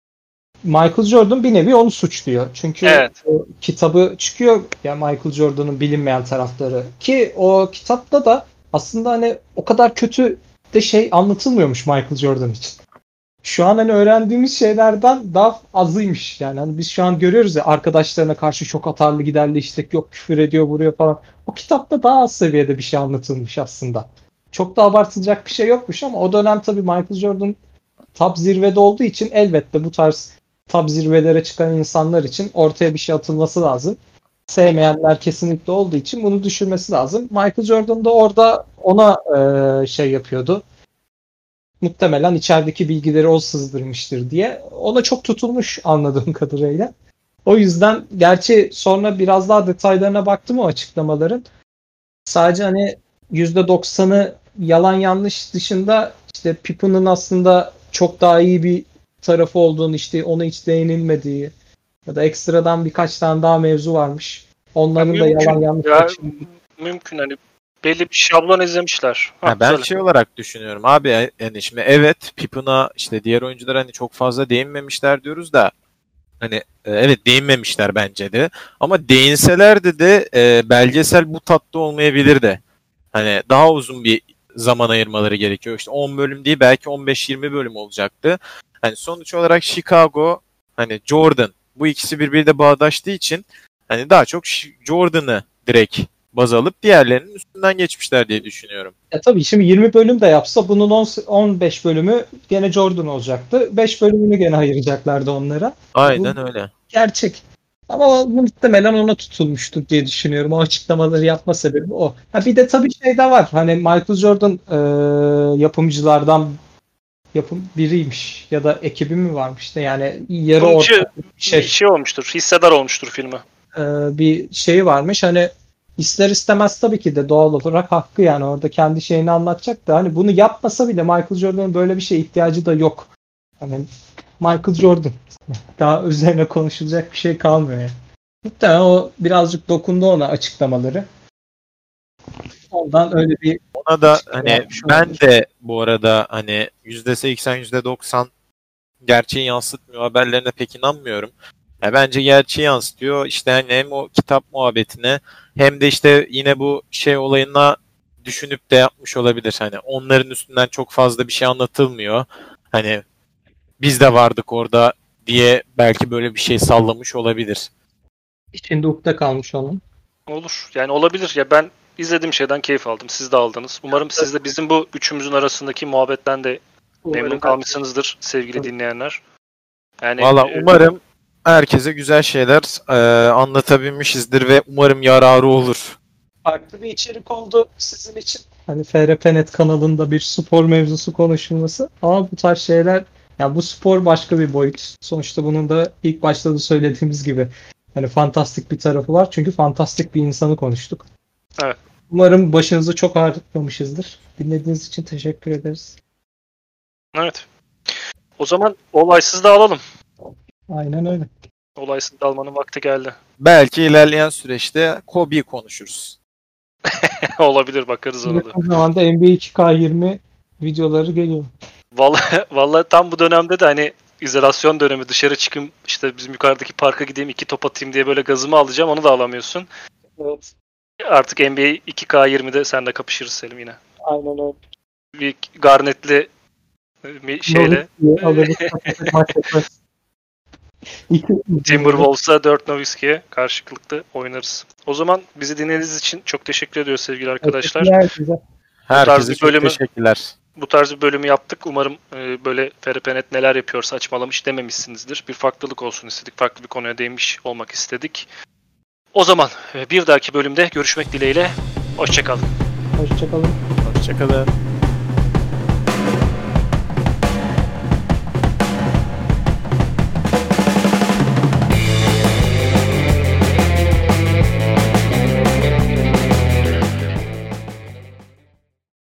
Michael Jordan bir nevi onu suçluyor. Çünkü Evet. o kitabı çıkıyor ya Michael Jordan'ın bilinmeyen tarafları. Ki o kitapta da aslında hani o kadar kötü de şey anlatılmıyormuş Michael Jordan için. Şu an hani öğrendiğimiz şeylerden daha azıymış. Yani hani biz şu an görüyoruz ya arkadaşlarına karşı çok atarlı giderli işte yok küfür ediyor vuruyor falan. O kitapta daha az seviyede bir şey anlatılmış aslında. Çok da abartılacak bir şey yokmuş ama o dönem tabii Michael Jordan top zirvede olduğu için elbette bu tarz top zirvelere çıkan insanlar için ortaya bir şey atılması lazım. Sevmeyenler kesinlikle olduğu için bunu düşürmesi lazım. Michael Jordan da orada ona e, şey yapıyordu. Muhtemelen içerideki bilgileri o sızdırmıştır diye. Ona çok tutulmuş anladığım kadarıyla. O yüzden gerçi sonra biraz daha detaylarına baktım o açıklamaların. Sadece hani yüzde doksanı yalan yanlış dışında işte Pippen'ın aslında çok daha iyi bir tarafı olduğunu işte ona hiç değinilmediği ya da ekstradan birkaç tane daha mevzu varmış. Ya Onların da yalan mümkün yanlış ya kaçırıldı. mümkün hani belli bir şablon izlemişler. Ha Ha, ben söyle. şey olarak düşünüyorum abi yani şimdi evet Pippen'a işte diğer oyuncular hani çok fazla değinmemişler diyoruz da hani e, evet değinmemişler bence de ama değinselerdi de e, belgesel bu tatlı olmayabilirdi. Hani daha uzun bir zaman ayırmaları gerekiyor. İşte on bölüm değil belki on beş yirmi bölüm olacaktı. Hani sonuç olarak Chicago hani Jordan bu ikisi birbiriyle bağdaştığı için hani daha çok Jordan'ı direkt baz alıp diğerlerinin üstünden geçmişler diye düşünüyorum. Ya tabii şimdi yirmi bölüm de yapsa bunun on, on beş bölümü gene Jordan olacaktı. beş bölümünü gene ayıracaklardı onlara. Aynen Bu öyle. gerçek. Ama o muhtemelen ona tutulmuştur diye düşünüyorum. O açıklamaları yapma sebebi o. Ha bir de tabii şey de var. Hani Michael Jordan e, yapımcılardan yapım biriymiş ya da ekibi mi varmış da yani yarı Yapımcı ortak bir şey. bir şey olmuştur. Hissedar olmuştur filmi. e, bir şey varmış. Hani ister istemez tabii ki de doğal olarak hakkı yani orada kendi şeyini anlatacak da hani bunu yapmasa bile Michael Jordan'ın böyle bir şeye ihtiyacı da yok. Hani Michael Jordan. Daha üzerine konuşulacak bir şey kalmıyor yani. Muhtemelen o birazcık dokundu ona açıklamaları. Ondan öyle bir Ona da şey hani yapmış ben olabilir. de bu arada hani yüzde seksen yüzde doksan gerçeği yansıtmıyor haberlerine pek inanmıyorum. Ya bence gerçeği yansıtıyor. İşte hani hem o kitap muhabbetine hem de işte yine bu şey olayına düşünüp de yapmış olabilir. Hani onların üstünden çok fazla bir şey anlatılmıyor. Hani biz de vardık orada diye belki böyle bir şey sallamış olabilir. İçinde ukde kalmış onun. Olur. Yani olabilir. Ya ben izlediğim şeyden keyif aldım. Siz de aldınız. Umarım siz de bizim bu üçümüzün arasındaki muhabbetten de memnun kalmışsınızdır sevgili dinleyenler. Yani Valla e, umarım herkese güzel şeyler e, anlatabilmişizdir ve umarım yararı olur. Farklı bir içerik oldu sizin için. Hani F R P nokta net kanalında bir spor mevzusu konuşulması. Ama bu tarz şeyler ya bu spor başka bir boyut. Sonuçta bunun da ilk başta da söylediğimiz gibi hani fantastik bir tarafı var. Çünkü fantastik bir insanı konuştuk. Evet. Umarım başınızı çok ağrıtmamışızdır. Dinlediğiniz için teşekkür ederiz. evet. O zaman olaysız da alalım. Aynen öyle. Olaysız da almanın vakti geldi. Belki ilerleyen süreçte Kobe'yi konuşuruz. Olabilir, bakarız ona da. Yakın zamanda N B A iki K yirmi videoları geliyor. Vallahi, vallahi tam bu dönemde de hani izolasyon dönemi, dışarı çıkayım işte bizim yukarıdaki parka gideyim iki top atayım diye böyle gazımı alacağım, onu da alamıyorsun. Evet. Artık N B A iki K yirmide seninle kapışırız Selim yine. Aynen öyle. Bir garnetli bir şeyle Nowitzki alırız. Maç yaparız. İki- Timberwolves'a dört Nowitzki'ye karşılıklı oynarız. O zaman bizi dinlediğiniz için çok teşekkür ediyoruz sevgili arkadaşlar. Teşekkürler size. tarz Herkese bir çok bölümü- teşekkürler. Bu tarz bir bölümü yaptık. Umarım e, böyle F R P nokta net neler yapıyor saçmalamış dememişsinizdir. Bir farklılık olsun istedik. Farklı bir konuya değinmiş olmak istedik. O zaman e, bir dahaki bölümde görüşmek dileğiyle. Hoşça kalın. Hoşçakalın. Hoşçakalın.